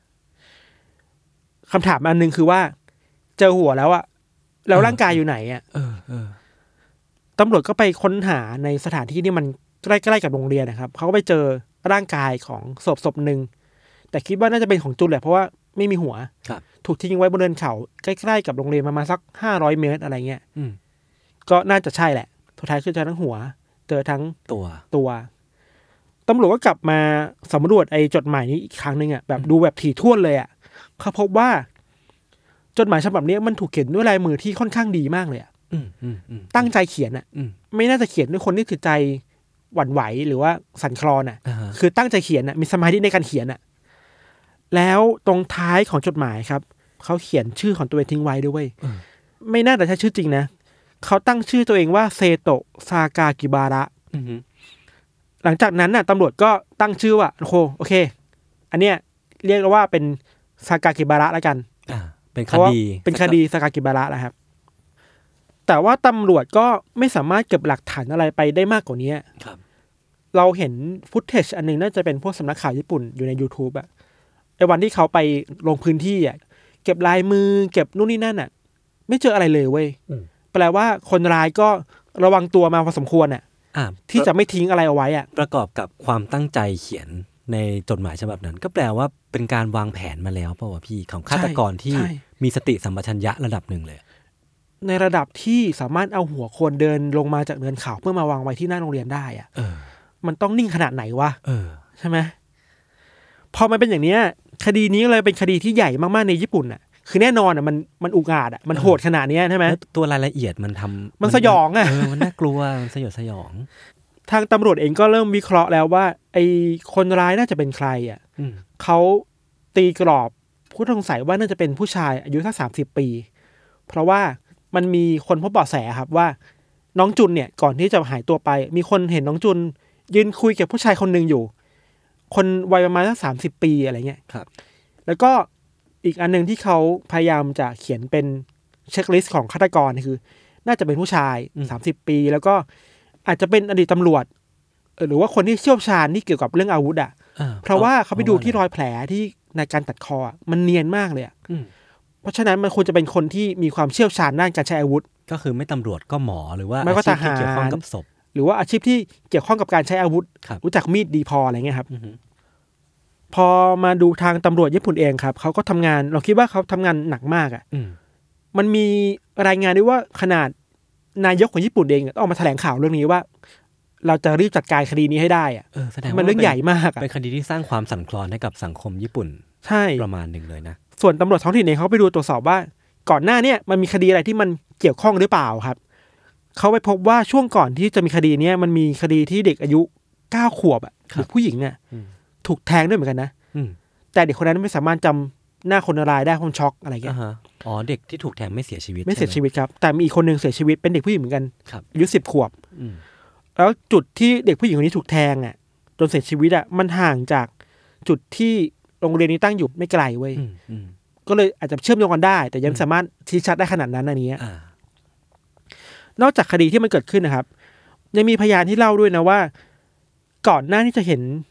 คำถามอันนึงคือว่าเจอหัวแล้วอะแล้วร่างกายอยู่ไหนอะเออเออตำรวจก็ไปค้นหาในสถานที่ที่มันใกล้ๆกับโรงเรียนนะครับเขาก็ไปเจอร่างกายของศพศพหนึ่งแต่คิดว่าน่าจะเป็นของจุนแหละเพราะว่าไม่มีหัวถูกทิ้งไว้บนเนินเขาใกล้ๆกับโรงเรียนประมาณสักห้าร้อยเมตรอะไรเงี้ยก็น่าจะใช่แหละสุดท้ายคือเจอทั้งหัวเจอทั้งตัวตัวตำรวจก็กลับมาสำรวจไอ้จดหมายนี้อีกครั้งนึงอ่ะแบบดูแบบถี่ถ้วนเลยอ่ะเขาพบว่าจดหมายฉบับนี้มันถูกเขียนด้วยลายมือที่ค่อนข้างดีมากเลยอ่ะตั้งใจเขียนอ่ะไม่น่าจะเขียนด้วยคนที่ถือใจหวั่นไหวหรือว่าสั่นคลอนอ่ะ uh-huh. คือตั้งใจเขียนอ่ะมีสมาธิในการเขียนอ่ะแล้วตรงท้ายของจดหมายครับเขาเขียนชื่อของตัวเองทิ้งไว้ด้วย uh-huh. ไม่น่าจะใช่ชื่อจริงนะเขาตั้งชื่อตัวเองว่าเซโตะซากากิบาระ uh-huh. หลังจากนั้นน่ะตำรวจก็ตั้งชื่อว่าโอเคโอเคอันเนี้ยเรียกว่าเป็นซากากิบาระแล้วกันเป็นคดีเป็นคดีซากากิบาระนะครับแต่ว่าตำรวจก็ไม่สามารถเก็บหลักฐานอะไรไปได้มากกว่านี้ครับเราเห็นฟุตเทจอันนึงน่าจะเป็นพวกสำนักข่าวญี่ปุ่นอยู่ใน YouTube อ่ะไอ้วันที่เขาไปลงพื้นที่อ่ะเก็บลายมือเก็บนู่นนี่นั่นอ่ะไม่เจออะไรเลยเว้ยแปลว่าคนร้ายก็ระวังตัวมาพอสมควรอ่ะที่จะไม่ทิ้งอะไรเอาไว้อ่ะประกอบกับความตั้งใจเขียนในจดหมายฉบับนั้นก็แปลว่าเป็นการวางแผนมาแล้วเปล่าวะพี่ของฆาตกรที่มีสติสัมปชัญญะระดับหนึ่งเลยในระดับที่สามารถเอาหัวคนเดินลงมาจากเนินเขาเพื่อมาวางไว้ที่หน้าโรงเรียนได้อ่ะมันต้องนิ่งขนาดไหนวะใช่ไหมพอมันเป็นอย่างนี้คดีนี้เลยเป็นคดีที่ใหญ่มากๆในญี่ปุ่นอ่ะคือแน่นอนอ่ะมันมันอุกอาจอ่ะมันโหดขนาดนี้ใช่ไหมตัวรายละเอียดมันทำมันสยองอ่ะมันน่ากลัวมันสยดสยองทางตำรวจเองก็เริ่มวิเคราะห์แล้วว่าไอ้คนร้ายน่าจะเป็นใครอ่ะเขาตีกรอบผู้สงสัยว่าน่าจะเป็นผู้ชายอายุสักสามสิบปีเพราะว่ามันมีคนพบเบาะแสครับว่าน้องจุนเนี่ยก่อนที่จะหายตัวไปมีคนเห็นน้องจุนยืนคุยกับผู้ชายคนหนึ่งอยู่คนวัยประมาณสักสามสิบปีอะไรเงี้ยครับแล้วก็อีกอันนึงที่เขาพยายามจะเขียนเป็นเช็คลิสต์ของฆาตกรคือน่าจะเป็นผู้ชายสามสิบปีแล้วก็อาจจะเป็นอดีตตำรวจหรือว่าคนที่เชี่ยวชาญที่เกี่ยวกับเรื่องอาวุธอ่ะเพราะว่าเขาไปดูที่รอยแผลที่ในการตัดคอมันเนียนมากเลยอ่ะเพราะฉะนั้นมันควรจะเป็นคนที่มีความเชี่ยวชาญด้านการใช้อาวุธก็คือไม่ตำรวจก็หมอหรือว่าอาชีพที่เกี่ยวข้องกับศพหรือว่าอาชีพที่เกี่ยวข้องกับการใช้อาวุธรู้จักมีดดีพออะไรเงี้ยครับพอมาดูทางตำรวจญี่ปุ่นเองครับเขาก็ทำงานเราคิดว่าเขาทำงานหนักมากอ่ะมันมีรายงานด้วยว่าขนาดนายกของญี่ปุ่นเองต้องออกมาแถลงข่าวเรื่องนี้ว่าเราจะรีบจัดการคดีนี้ให้ได้อ่ะมันเรื่องใหญ่มากเป็นคดีที่สร้างความสั่นคลอนให้กับสังคมญี่ปุ่นใช่ประมาณหนึ่งเลยนะส่วนตำรวจท้องถิ่นเองเขาไปดูตรวจสอบว่าก่อนหน้าเนี่ยมันมีคดีอะไรที่มันเกี่ยวข้องหรือเปล่าครับเขาไปพบว่าช่วงก่อนที่จะมีคดีนี้มันมีคดีที่เด็กอายุเก้าขวบอ่ะเด็กผู้หญิงเนี่ยถูกแทงด้วยเหมือนกันนะแต่เด็กคนนั้นไม่สามารถจำหน้าคนร้ายได้เพราะช็อกอะไรเงี้ยอ๋อเด็กที่ถูกแทงไม่เสียชีวิตไม่เสียชีวิตครับแต่มีอีกคนนึงเสียชีวิตเป็นเด็กผู้หญิงเหมือนกันอายุสิบขวบ แล้วจุดที่เด็กผู้หญิงคนนี้ถูกแทงอ่ะจนเสียชีวิตอ่ะมันห่างจากจุดที่โรงเรียนนี้ตั้งอยู่ไม่ไกลเว้ยก็เลยอาจจะเชื่อมโยงกันได้แต่ยังสามารถชี้ชัดได้ขนาดนั้นอันนี้นอกจากคดีที่มันเกิดขึ้นนะครับยังมีพยานที่เล่าด้วยนะว่าก่อนหน้าที่จะเห็น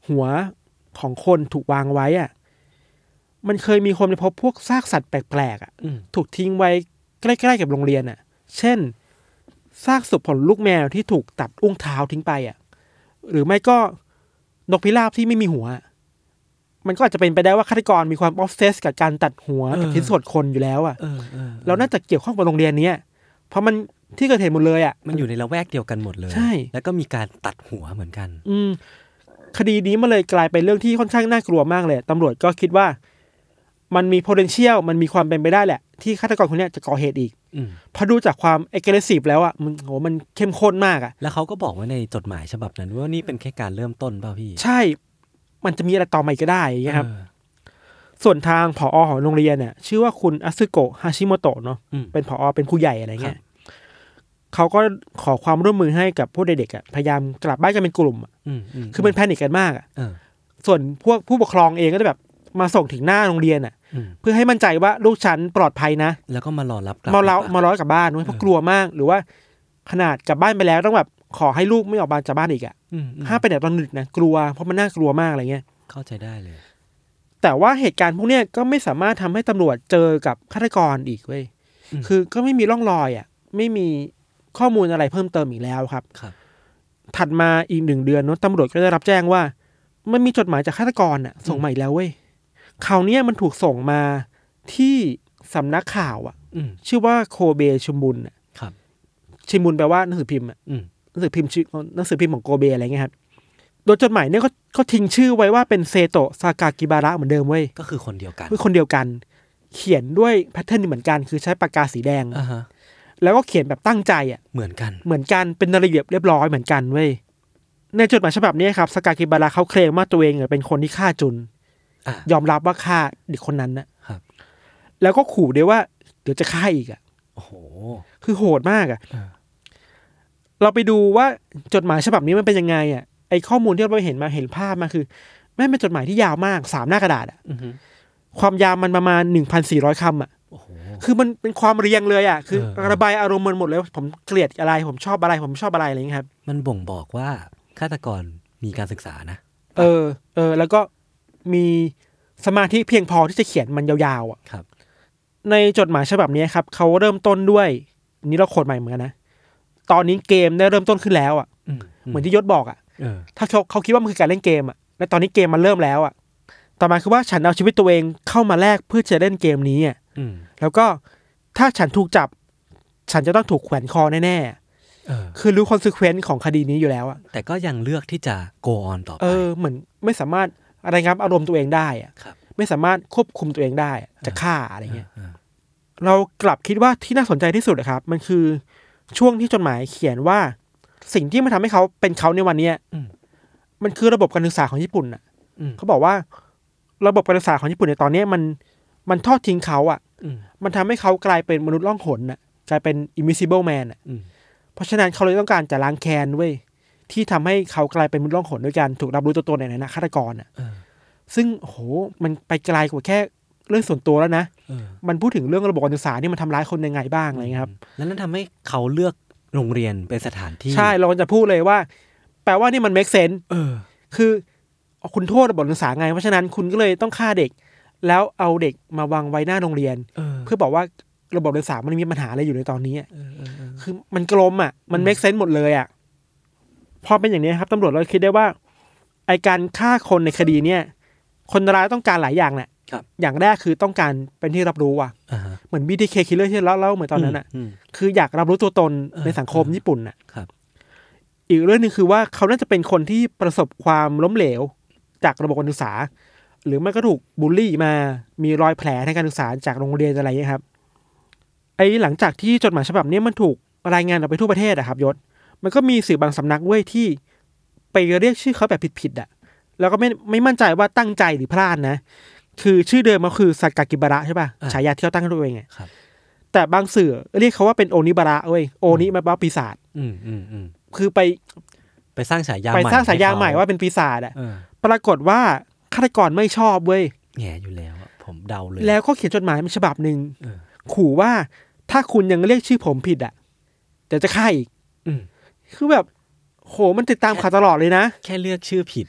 หัวของคนถูกวางไว้อ่ะมันเคยมีคนไปพบพวกซากสัตว์แปลกๆอ่ะถูกทิ้งไว้ใกล้ๆกับโรงเรียนอ่ะเช่นซากศพของลูกแมวที่ถูกตัดอุ้งเท้าทิ้งไปอ่ะหรือไม่ก็นกพิราบที่ไม่มีหัวมันก็อาจจะเป็นไปได้ว่าฆาตกรมีความออฟเซสกับการตัดหัวกับชิ้นส่วนคนอยู่แล้วอ่ะแล้วน่าจะเกี่ยวข้องกับโรงเรียนนี้เพราะมันที่เกิดเหตุหมดเลยอ่ะมันอยู่ในละแวกเดียวกันหมดเลยใช่แล้วก็มีการตัดหัวเหมือนกันอืมคดีนี้มันเลยกลายเป็นเรื่องที่ค่อนข้างน่ากลัวมากเลยตำรวจก็คิดว่ามันมี potential มันมีความเป็นไปได้แหละที่ฆาตกรคนนี้จะก่อเหตุอีกพอดูจากความ aggressive แล้วอ่ะมันโหมันเข้มข้นมากอ่ะแล้วเขาก็บอกไว้ในจดหมายฉบับนั้นว่านี่เป็นแค่การเริ่มต้นเปล่าพี่ใช่มันจะมีอะไรต่อมาอีกก็ได้นะครับส่วนทางผอของโรงเรียนเนี่ยชื่อว่าคุณอาซึโกะฮาชิโมโตะเนาะเป็นผอเป็นผู้ใหญ่อะไรเงี้ยเขาก็ขอความร่วมมือให้กับผู้เด็กๆอ่ะพยายามกลับบ้านกันเป็นกลุ่มอ่ะคือมันแพนิคกันมากอ่ะส่วนพวกผู้ปกครองเองก็จะแบบมาส่งถึงหน้าโรงเรียนอ่ะเพื่อให้มั่นใจว่าลูกฉันปลอดภัยนะแล้วก็มารอรับกลับมารอมารอกลับบ้านเพราะกลัวมากหรือว่าขนาดกลับบ้านไปแล้วต้องแบบขอให้ลูกไม่ออกมาจากบ้านอีกอ่ะห้ามไปไหนตอนดึกนะกลัวเพราะมันน่ากลัวมากอะไรเงี้ยเข้าใจได้เลยแต่ว่าเหตุการณ์พวกนี้ก็ไม่สามารถทำให้ตำรวจเจอกับฆาตกรอีกเว้ยคือก็ไม่มีร่องรอยอ่ะไม่มีข้อมูลอะไรเพิ่มเติมอีกแล้วครับครับถัดมาอีกหนึ่งเดือนเนาะตำรวจก็ได้รับแจ้งว่ามันมีจดหมายจากฆาตกรอ่ะส่งมาอีกแล้วเว้ยคราวนี้มันถูกส่งมาที่สำนักข่าวอ่ะชื่อว่าโคเบชิมบุนอ่ะชิมบุนแปลว่าหนังสือพิมพ์อ่ะหนังสือพิมพ์ชื่อหนังสือพิมพ์ของโกเบอะไรเงี้ยครับโดยจดหมายเนี่ยเขาเขาทิ้งชื่อไว้ว่าเป็นเซโตะซากากิบาระเหมือนเดิมเว้ยก็คือคนเดียวกันคือคนเดียวกันเขียนด้วยแพทเทิร์นเหมือนกันคือใช้ปากกาสีแดง uh-huh. แล้วก็เขียนแบบตั้งใจอ่ะเหมือนกันเหมือนกันเป็นระเบียบเรียบร้อยเหมือนกันเว้ยในจดหมายฉบับนี้ครับซากากิบาระเขาเคลมว่าตัวเองเป็นคนที่ฆ่าจุนยอมรับว่าฆ่าเด็กคนนั้นนะครับแล้วก็ขู่ด้วยว่าเดี๋ยวจะฆ่าอีกอ่ะโอ้โหคือโหดมากอ่ะเราไปดูว่าจดหมายฉบับนี้มันเป็นยังไงอ่ะไอ้ข้อมูลที่เราเห็นมาเห็นภาพมาคือแม่งเป็นจดหมายที่ยาวมากสามหน้ากระดาษอ่ะความยาวมันประมาณ หนึ่งพันสี่ร้อย คำอ่ะคือมันเป็นความเรียงเลยอ่ะคือระบายอารมณ์มันหมดเลยผมเกลียดอะไรผมชอบอะไรผมชอบอะไรอะไรอย่างเงี้ยครับมันบ่งบอกว่าฆาตกรมีการศึกษานะเออเออแล้วก็มีสมาธิเพียงพอที่จะเขียนมันยาวๆอ่ะครับในจดหมายฉบับนี้ครับเขาเริ่มต้นด้วยนี่เราโคดใหม่เหมือนกันนะตอนนี้เกมได้เริ่มต้นขึ้นแล้วอ่ะเหมือนที่ยศบอกอ่ะถ้าเขาเขาคิดว่ามันคือการเล่นเกมอ่ะและตอนนี้เกมมันเริ่มแล้วอ่ะต่อมาคือว่าฉันเอาชีวิตตัวเองเข้ามาแลกเพื่อจะเล่นเกมนี้อ่ะแล้วก็ถ้าฉันถูกจับฉันจะต้องถูกแขวนคอแน่ๆคือรู้คอนซีเควนซ์ของคดีนี้อยู่แล้วอ่ะแต่ก็ยังเลือกที่จะ go on ต่อไปเออเหมือนไม่สามารถระงับอารมณ์ตัวเองได้อ่ะไม่สามารถควบคุมตัวเองได้จะฆ่าอะไรเงี้ยเรากลับคิดว่าที่น่าสนใจที่สุดนะครับมันคือช่วงที่จดหมายเขียนว่าสิ่งที่มันทำให้เขาเป็นเขาในวันนี้มันคือระบบการศึกษาของญี่ปุ่นอ่ะเขาบอกว่าระบบการศึกษาของญี่ปุ่นในตอนนี้มันมันทอดทิ้งเขาอ่ะมันทำให้เขากลายเป็นมนุษย์ล่องหนอ่ะกลายเป็น invisible man อ่ะเพราะฉะนั้นเขาเลยต้องการจะล้างแค้นเว้ยที่ทำให้เขากลายเป็นมนุษย์ล่องหนด้วยการถูกรับรู้ตัวตนในฐานะฆาตกรอ่ะซึ่งโหมันไปไกลกว่าแค่เรื่องส่วนตัวแล้วนะมันพูดถึงเรื่องระบบการศึกษานี่มันทำร้ายคนยังไงบ้างอะไรเงี้ยครับแล้วนั่นทำให้เขาเลือกโรงเรียนเป็นสถานที่ใช่เราจะพูดเลยว่าแปลว่านี่มัน make sense เออคือคุณโทษระบบการศึกษาไงเพราะฉะนั้นคุณก็เลยต้องฆ่าเด็กแล้วเอาเด็กมาวางไว้หน้าโรงเรียนเ, เพื่อบอกว่าระบบการศึกษามันมีปัญหาอะไรอยู่ในตอนนี้คือมันกลมอ่ะมัน make sense หมดเลยอ่ะพอเป็นอย่างนี้ครับตำรวจเราคิดได้ว่าไอการฆ่าคนในคดีเนี้ยคนร้ายต้องการหลายอย่างแหละอย่างแรกคือต้องการเป็นที่รับรู้อ่ะ uh-huh. เหมือน บี ที เค Killer ที่เล่าเหมือนตอนนั้นอ่ะคืออยากรับรู้ตัวตนในสังคมญี่ปุ่นอ่ะอีกเรื่องนึงคือว่าเขาน่าจะเป็นคนที่ประสบความล้มเหลวจากระบบการศึกษาหรือไม่ก็ถูกบูลลี่มามีรอยแผลในการศึกษาจากโรงเรียนอะไรอย่างนี้ครับไอ้หลังจากที่จดหมายฉบับนี้มันถูกรายงานออกไปทั่วประเทศอะครับยศมันก็มีสื่อบางสำนักเว้ยที่ไปเรียกชื่อเขาแบบผิดๆอ่ะแล้วก็ไม่ไม่มั่นใจว่าตั้งใจหรือพลาดนะคือชื่อเดิมก็คือซากากิบาระใช่ป่ะฉายาที่เขาตั้งให้ตัวเองไงแต่บางสื่อเรียกเขาว่าเป็นโอนิบาระเว้ยโอนิมาแปลว่าปีศาจคือไปไปสร้างฉายาใหม่ไปสร้างฉายาใหม่ว่าเป็นปีศาจอ่ะปรากฏว่าฆาตกรไม่ชอบเว้ยแง่อยู่แล้วผมเดาเลยแล้วก็เขียนจดหมายเป็นฉบับนึงขู่ว่าถ้าคุณยังเรียกชื่อผมผิดอ่ะเดี๋ยวจะฆ่าอีกคือแบบโหมันติดตามข่าวตลอดเลยนะแค่เลือกชื่อผิดอ่ะ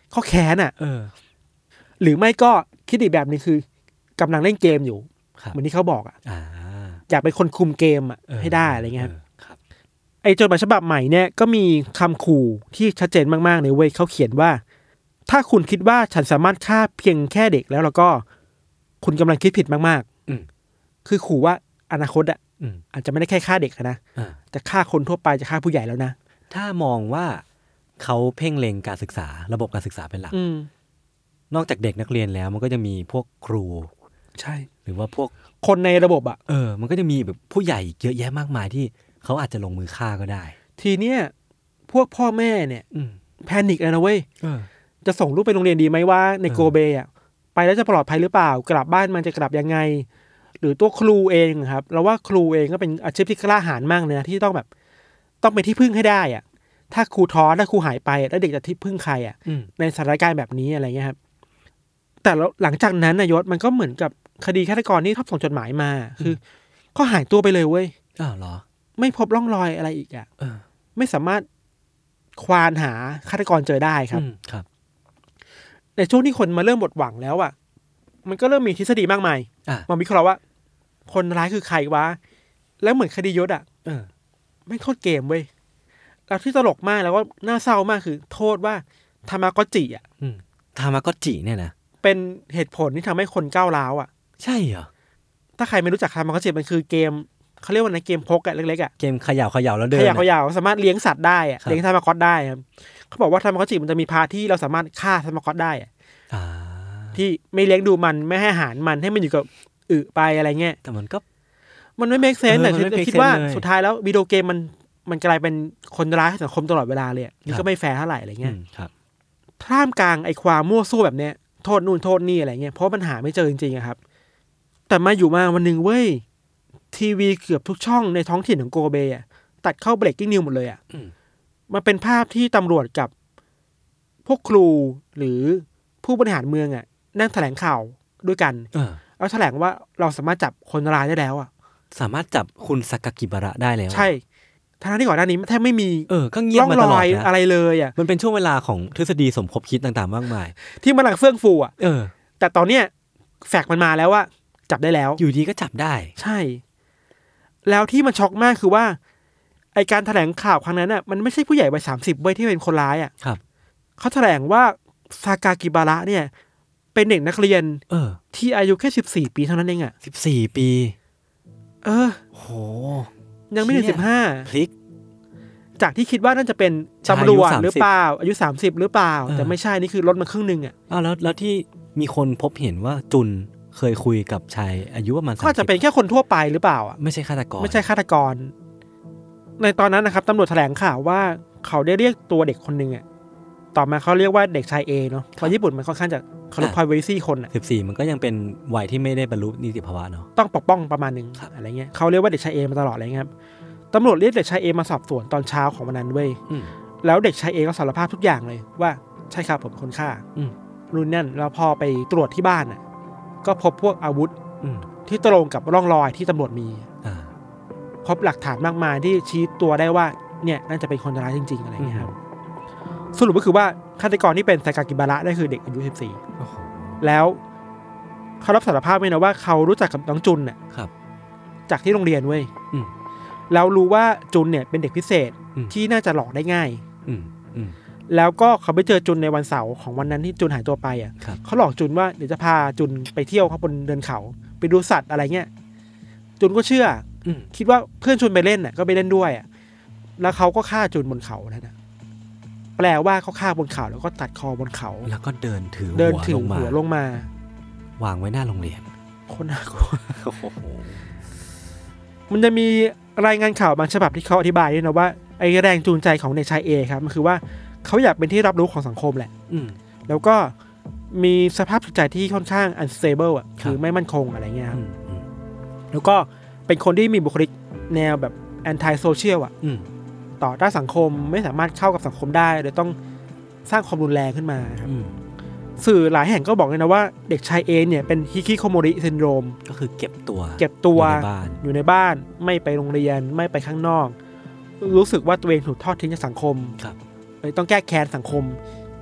เขาแค้นอ่ะเออหรือไม่ก็คิดอีกแบบนึงคือกำลังเล่นเกมอยู่เหมือนที่เขาบอกอ่ะอยากเป็นคนคุมเกมอ่ะให้ได้อะไรเงี้ยครับไอ้จดหมายฉบับใหม่เนี่ยก็มีคำขู่ที่ชัดเจนมากๆเลยเว้ยเขาเขียนว่าถ้าคุณคิดว่าฉันสามารถฆ่าเพียงแค่เด็กแล้วแล้วก็คุณกำลังคิดผิดมากๆคือขู่ว่าอนาคตอ่ะอาจจะไม่ได้แค่ฆ่าเด็กนะจะฆ่าคนทั่วไปจะฆ่าผู้ใหญ่แล้วนะถ้ามองว่าเขาเพ่งเล็งการศึกษาระบบการศึกษาเป็นหลักนอกจากเด็กนักเรียนแล้วมันก็จะมีพวกครูใช่หรือว่าพวกคนในระบบอ่ะเออมันก็จะมีแบบผู้ใหญ่เยอะแยะมากมายที่เขาอาจจะลงมือฆ่าก็ได้ทีเนี้ยพวกพ่อแม่เนี่ยแพนิคเลยนะเว้ยจะส่งลูกไปโรงเรียนดีไหมว่าในโกเบอ่ะไปแล้วจะปลอดภัยหรือเปล่ากลับบ้านมันจะกลับยังไงหรือตัวครูเองครับเราว่าครูเองก็เป็นอาชีพที่กล้าหาญมากเลยนะที่ต้องแบบต้องเป็นที่พึ่งให้ได้อ่ะถ้าครูท้อถ้าครูหายไปแล้วเด็กจะที่พึ่งใครอ่ะในสถานการณ์แบบนี้อะไรเงี้ยครับแต่หลังจากนั้นนายศมันก็เหมือนกับคดีฆาตกรที่ชอบส่งจดหมายมาคือก็หายตัวไปเลยเว้ยอ้าวเหรอไม่พบร่องรอยอะไรอีกอ่ะไม่สามารถควานหาฆาตกรเจอได้ครับครับในช่วงที่คนมาเริ่มหมดหวังแล้วอ่ะมันก็เริ่มมีทฤษฎีมากมายมาวิเคราะห์ว่าคนร้ายคือใครวะแล้วเหมือนคดียศอ่ะไม่โทษเกมเว้ยแล้วที่ตลกมากแล้วก็น่าเศร้ามากคือโทษว่าทามากอจิอ่ะทามากอจิเนี่ยนะเป็นเหตุผลที่ทำให้คนก้าวร้าวอ่ะใช่เหรอถ้าใครไม่รู้จักทามากอจิมันคือเกมเขาเรียกว่าในเกมพกอะเล็กๆอะเกมเขย่าเขย่าแล้วเดินเขย่าเขย่าสามารถเลี้ยงสัตว์ได้อะเลี้ยงทามากอตได้ครับเขาบอกว่าทามากอจิมันจะมีพาที่เราสามารถฆ่าทามากอตได้อะที่ไม่เลี้ยงดูมันไม่ให้อาหารมันให้มันอยู่กับอึไปอะไรเงี้ยแต่มันก็มันไม่เมคเซนส์แต่คิดว่าสุดท้ายแล้ววิดีโอเกมมันมันกลายเป็นคนร้ายสังคมตลอดเวลาเลยนี่ก็ไม่แฟร์เท่าไหร่อะไรเงี้ยท่ามกลางไอ้ความมั่วซั่วแบบเนี้ยโทษนู่นโทษนี่อะไรเงี้ยเพราะปัญหาไม่เจอจริงๆครับแต่มาอยู่มาวันนึงเว้ยทีวีเกือบทุกช่องในท้องถิ่นของโกเบอ่ะตัดเข้าเบรกกิ้งนิวหมดเลยอ่ะมันเป็นภาพที่ตำรวจกับพวกครูหรือผู้บริหารเมืองอ่ะนั่งแถลงข่าวด้วยกันแล้วแถลงว่าเราสามารถจับคนร้ายได้แล้วอ่ะสามารถจับคุณซากากิบาระได้แล้วใช่ทั้งที่ก่อนหน้านี้แทบไม่มีเออก็เงียบมาตลอดนะอะไรเลยอ่ะมันเป็นช่วงเวลาของทฤษฎีสมคบคิดต่างๆมากมายที่มันหลังเฟื่องฟูอ่ะเออแต่ตอนเนี้ยแฟกต์มันมาแล้วว่าจับได้แล้วอยู่ดีก็จับได้ใช่แล้วที่มันช็อกมากคือว่าไอการแถลงข่าวครั้งนั้นน่ะมันไม่ใช่ผู้ใหญ่วัยสามสิบเว้ยที่เป็นคนร้ายอ่ะครับเขาแถลงว่าซากากิบาระเนี่ยเป็นเด็กนักเรียนเออที่อายุแค่สิบสี่ปีเท่านั้นเองอ่ะสิบสี่ปีเออโหยังไม่ถึงสิบห้าพลิกจากที่คิดว่าน่าจะเป็นตำรวจหรือเปล่าอายุสามสิบหรือเปล่าแต่ไม่ใช่นี่คือลดมาครึ่งนึงอ่ะอ้าวแล้วแล้วที่มีคนพบเห็นว่าจุนเคยคุยกับชายอายุประมาณก็จะเป็นแค่คนทั่วไปหรือเปล่าอ่ะไม่ใช่ฆาตกรไม่ใช่ฆาตกรในตอนนั้นนะครับตำรวจแถลงข่าวว่าเขาได้เรียกตัวเด็กคนนึงอ่ะต่อมาเขาเรียกว่าเด็กชายเอเนาะเพราะญี่ปุ่นมันค่อนข้างจะเคารพ privacy คนอ่ะสิบสี่มันก็ยังเป็นวัยที่ไม่ได้บรรลุนิติภาวะเนาะต้องปกป้องประมาณนึงอะไรเงี้ยเขาเรียกว่าเด็กชายเอมาตลอดอะไรเงี้ยครับตำรวจเรียกเด็กชายเอมาสอบสวนตอนเช้าของวันนั้นเว้ยแล้วเด็กชายเอก็สารภาพทุกอย่างเลยว่าใช่ครับผมคนฆ่ารุ่นนั่นแล้วพอไปตรวจที่บ้านอ่ะก็พบพวกอาวุธที่ตรงกับร่องรอยที่ตำรวจมีพบหลักฐานมากมายที่ชี้ตัวได้ว่าเนี่ยน่าจะเป็นคนร้ายจริงๆอะไรเงี้ยครับสรุปก็คือว่าฆาตกรที่เป็นซากากิบาระนั่นคือเด็กอายุสิบสี่แล้วเขารับสารภาพไว้นะว่าเขารู้จักกับน้องจุนน่ะจากที่โรงเรียนเว้ยแล้วรู้ว่าจุนเนี่ยเป็นเด็กพิเศษที่น่าจะหลอกได้ง่ายแล้วก็เขาไปเจอจุนในวันเสาร์ของวันนั้นที่จุนหายตัวไปอ่ะเขาหลอกจุนว่าเดี๋ยวจะพาจุนไปเที่ยวข้างบนเดินเขาไปดูสัตว์อะไรเงี้ยจุนก็เชื่อคิดว่าเพื่อนชวนไปเล่นน่ะก็ไปเล่นด้วยอ่ะแล้วเขาก็ฆ่าจุนบนเขานั่นน่ะแปลว่าเขาฆ่าบนเขาแล้วก็ตัดคอบนเขาแล้วก็เดินถือเดินถือหัวลงมาวางไว้หน้าโรงเรียนคนน่ากลัวมันจะมีรายงานข่าวบางฉบับที่เขาอธิบายด้วยนะว่าไอ้แรงจูงใจของเด็กชายเอครับมันคือว่าเขาอยากเป็นที่รับรู้ของสังคมแหละแล้วก็มีสภาพจิตใจที่ค่อนข้าง unstable อ่ะคือไม่มั่นคงอะไรเงี้ยครับแล้วก็เป็นคนที่มีบุคลิกแนวแบบ anti social อ่ะต่อต้านสังคมไม่สามารถเข้ากับสังคมได้เลยต้องสร้างความรุนแรงขึ้นมาครับสื่อหลายแห่งก็บอกเลยนะว่าเด็กชายเอเนี่ยเป็นฮิคิโคโมริซินโดรมก็คือเก็บตัวเก็บตัวอยู่ในบ้านไม่ไปโรงเรียนไม่ไปข้างนอกรู้สึกว่าตัวเองถูกทอดทิ้งจากสังคมเลยต้องแก้แค้นสังคม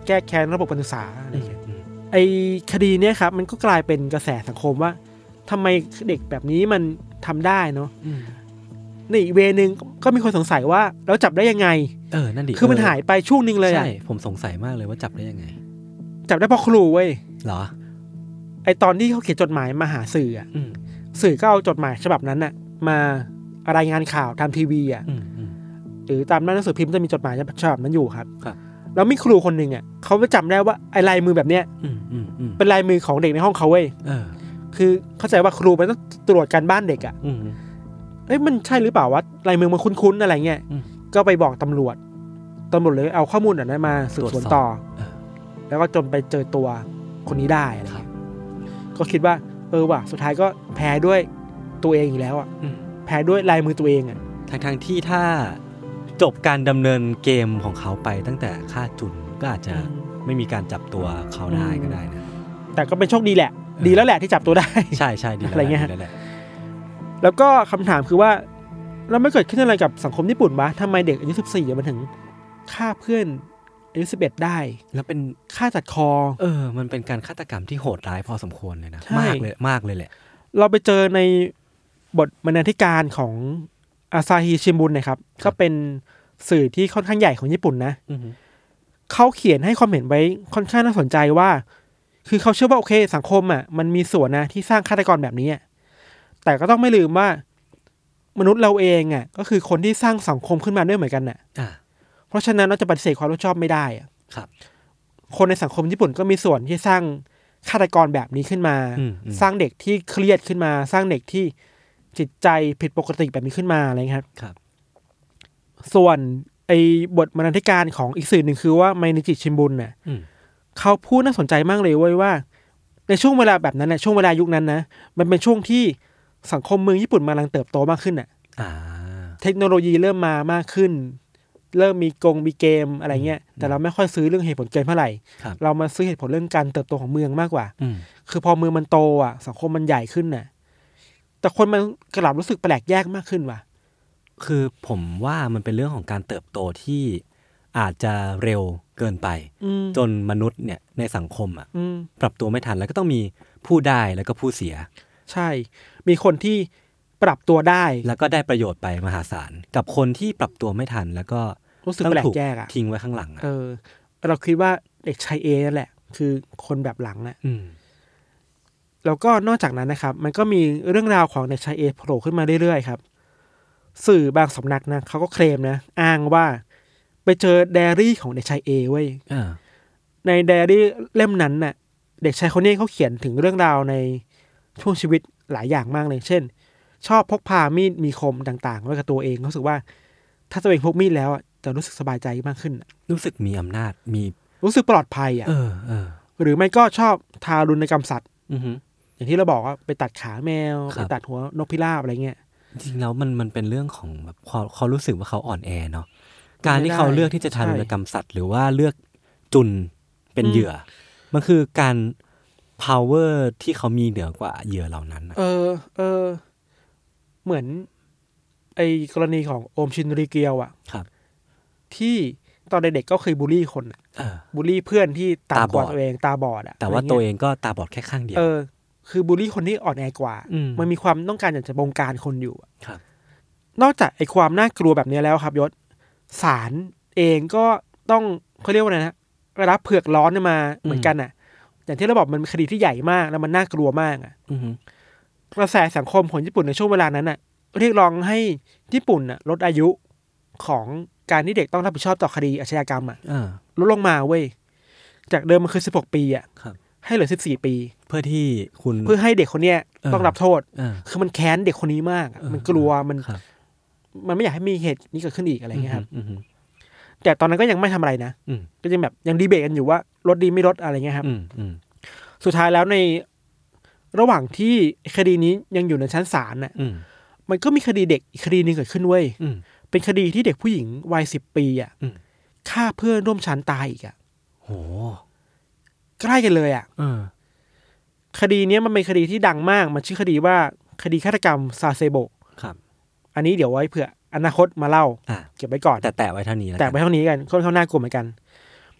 แก้แค้นระบบการศึกษาอะไรอย่างเงี้ยไอ้คดีเนี้ยครับมันก็กลายเป็นกระแสสังคมว่าทำไมเด็กแบบนี้มันทำได้เนาะในอีกเวนึงก็มีคนสงสัยว่าแล้วจับได้ยังไงเออนั่นดิคือมันหายไปช่วงนึงเลยอ่ะใช่ผมสงสัยมากเลยว่าจับได้ยังไงจับได้เพราะครูเว้ยเหรอไอตอนที่เขาเขียนจดหมายมาหาสื่ออ่ะสื่อก็เอาจดหมายฉบับนั้นน่ะมารายงานข่าวทำทีวีอ่ะหรือตามหน้าหนังสือพิมพ์จะมีจดหมายฉบับนั้นอยู่ครับแล้วมีครูคนหนึ่งอ่ะเขาไปจำได้ว่าไอลายมือแบบเนี้ยเป็นลายมือของเด็กในห้องเขาเว้ยคือเข้าใจว่าครูมันต้องตรวจการบ้านเด็กอ่ะเอ้ยมันใช่หรือเปล่าว่าลายมือมันคุ้นๆอะไรเงี้ยก็ไปบอกตำรวจตำรวจเลยเอาข้อมูลอันนั้นมาสืบสวนต่อแล้วก็จนไปเจอตัวคนนี้ได้อะไรเงี้ยก็คิดว่าเออว่ะสุดท้ายก็แพ้ด้วยตัวเองอีกแล้วอ่ะแพ้ด้วยลายมือตัวเองอ่ะทั้งๆที่ถ้าจบการดำเนินเกมของเขาไปตั้งแต่ฆ่าจุนก็อาจจะไม่มีการจับตัวเขาได้ก็ได้นะแต่ก็เป็นโชคดีแหละดีแล้วแหละที่จับตัวได้ใช่ใช่ดีแล้วอะไรเงี้ยแล้วก็คำถามคือว่าแล้วไม่เกิดขึ้นอะไรกับสังคมญี่ปุ่นวะทำไมเด็กอายุสิบสี่มันถึงฆ่าเพื่อนอายุสิบเอ็ดได้แล้วเป็นฆ่าตัดคอเออมันเป็นการฆาตกรรมที่โหดร้ายพอสมควรเลยนะมากเลยมากเลยแหละเราไปเจอในบทบรรณาธิการของอาซาฮิชิมบุนนะครับก็เป็นสื่อที่ค่อนข้างใหญ่ของญี่ปุ่นนะเขาเขียนให้ความเห็นไว้ค่อนข้างน่าสนใจว่าคือเขาเชื่อว่าโอเคสังคมอ่ะมันมีส่วนนะที่สร้างฆาตกรแบบนี้แต่ก็ต้องไม่ลืมว่ามนุษย์เราเองอ่ะก็คือคนที่สร้างสังคมขึ้นมาด้วยเหมือนกันน่ะเพราะฉะนั้นเราจะปฏิเสธความรับผิดชอบไม่ได้อ่ะครับคนในสังคมญี่ปุ่นก็มีส่วนที่สร้างฆาตกรแบบนี้ขึ้นมาสร้างเด็กที่เครียดขึ้นมาสร้างเด็กที่จิตใจผิดปกติแบบนี้ขึ้นมาอะไรครับครับส่วนไอ้บทบรรณาธิการของอีกสื่อหนึ่งคือว่าไมนิจิชิมบุนน่ะเขาพูดน่าสนใจมากเลยเว้ยว่าในช่วงเวลาแบบนั้นน่ะช่วงเวลายุคนั้นนะมันเป็นช่วงที่สังคมเมืองญี่ปุ่นกำลังเติบโตมากขึ้นน่ะเทคโนโลยีเริ่มมามากขึ้นเริ่มมีกงมีเกมอะไรเงี้ยแต่เราไม่ค่อยซื้อเรื่องเหตุผลเกินเท่าไหร่เรามาซื้อเหตุผลเรื่องการเติบโตของเมืองมากกว่าคือพอเมืองมันโตอ่ะสังคมมันใหญ่ขึ้นน่ะแต่คนมันกลับรู้สึกแปลกแยกมากขึ้นว่ะคือผมว่ามันเป็นเรื่องของการเติบโตที่อาจจะเร็วเกินไปจนมนุษย์เนี่ยในสังคมอ่ะปรับตัวไม่ทันแล้วก็ต้องมีผู้ได้แล้วก็ผู้เสียใช่มีคนที่ปรับตัวได้แล้วก็ได้ประโยชน์ไปมหาศาลกับคนที่ปรับตัวไม่ทันแล้วก็รู้สึกแปลกแยกอ่ะทิ้งไว้ข้างหลังอ่ะเออเราคิดว่าเด็กชายเอนั่นแหละคือคนแบบหลังอ่ะแล้วก็นอกจากนั้นนะครับมันก็มีเรื่องราวของเด็กชายเอโผล่ขึ้นมาเรื่อยๆครับสื่อบางสำนักนะเขาก็เคลมนะอ้างว่าไปเจอไดอารี่ของเด็กชายเอเว้ยในไดอารี่เล่มนั้นน่ะเด็กชายคนนี้เขาเขียนถึงเรื่องราวในช่วงชีวิตหลายอย่างมากเลยเช่นชอบพกพามีดมีคมต่างๆไว้กับตัวเองรู้สึกว่าถ้าตัวเองพกมีดแล้วจะรู้สึกสบายใจมากขึ้นรู้สึกมีอำนาจมีรู้สึกปลอดภัยอ่ะเออเออหรือไม่ก็ชอบทารุณกรรมสัตว์อย่างที่เราบอกว่าไปตัดขาแมวไปตัดหัวนกพิราบอะไรเงี้ยจริงๆแล้วมันมันเป็นเรื่องของแบบเขาเขารู้สึกว่าเขาอ่อนแอเนาะการที่เขาเลือกที่จะทารุณกรรมสัตว์หรือว่าเลือกจุนเป็นเหยื่อมันคือการ power ที่เขามีเหนือกว่าเหยื่อเหล่านั้นเออเออเหมือนไอ้กรณีของโอมชินริเกียวอ่ะครับที่ตอนเด็กๆก็เคยบูลลี่คนอ่ะบูลลี่เพื่อนที่ตาบอดตัวเองตาบอดอ่ะแต่ว่าตัวเองก็ตาบอดแค่ข้างเดียวเออคือบูลลี่คนที่อ่อนแอกว่ามันมีความต้องการอยากจะบงการคนอยู่ครับนอกจากไอ้ความน่ากลัวแบบนี้แล้วครับยศศาลเองก็ต้องเขาเรียกว่าไงนะรับเผือกร้อนมาเหมือนกันอ่ะอย่างที่เราบอกมันเป็นคดีที่ใหญ่มากแล้วมันน่ากลัวมากอ่ะกระแสสังคมของญี่ปุ่นในช่วงเวลานั้นอ่ะเรียกร้องให้ญี่ปุ่นอ่ะลดอายุของการที่เด็กต้องรับผิดชอบต่อคดีอาชญากรรมอ่ะลดลงมาเว้ยจากเดิมมันคือสิบหกปีอ่ะให้เหลือสิบสี่ปีเพื่อที่คุณเพื่อให้เด็กคนเนี้ยต้องรับโทษคือมันแค้นเด็กคนนี้มากมันกลัวมันมันไม่อยากให้มีเหตุนี้เกิดขึ้นอีกอะไรเงี้ยครับแต่ตอนนั้นก็ยังไม่ทำอะไรนะก็ยังแบบยังดีเบตกันอยู่ว่าลดดีไม่ลดอะไรเงี้ยครับสุดท้ายแล้วในระหว่างที่คดีนี้ยังอยู่ในชั้นศาลน่ะมันก็มีคดีเด็กอีกคดีนึงเกิดขึ้นเว้ยเป็นคดีที่เด็กผู้หญิงวัยสิบปีอ่ะฆ่าเพื่อนร่วมชั้นตายอีกอ่ะโหใกล้กันเลยอ่ะคดีนี้มันเป็นคดีที่ดังมากมันชื่อคดีว่าคดีฆาตกรรมซาเซโบะครับอันนี้เดี๋ยวไว้เผื่ออนาคตมาเล่าเก็บไว้ก่อนแต่แตะไว้เท่านี้แตะไว้เท่านี้กันค่อนข้างน่ากลัวเหมือนกัน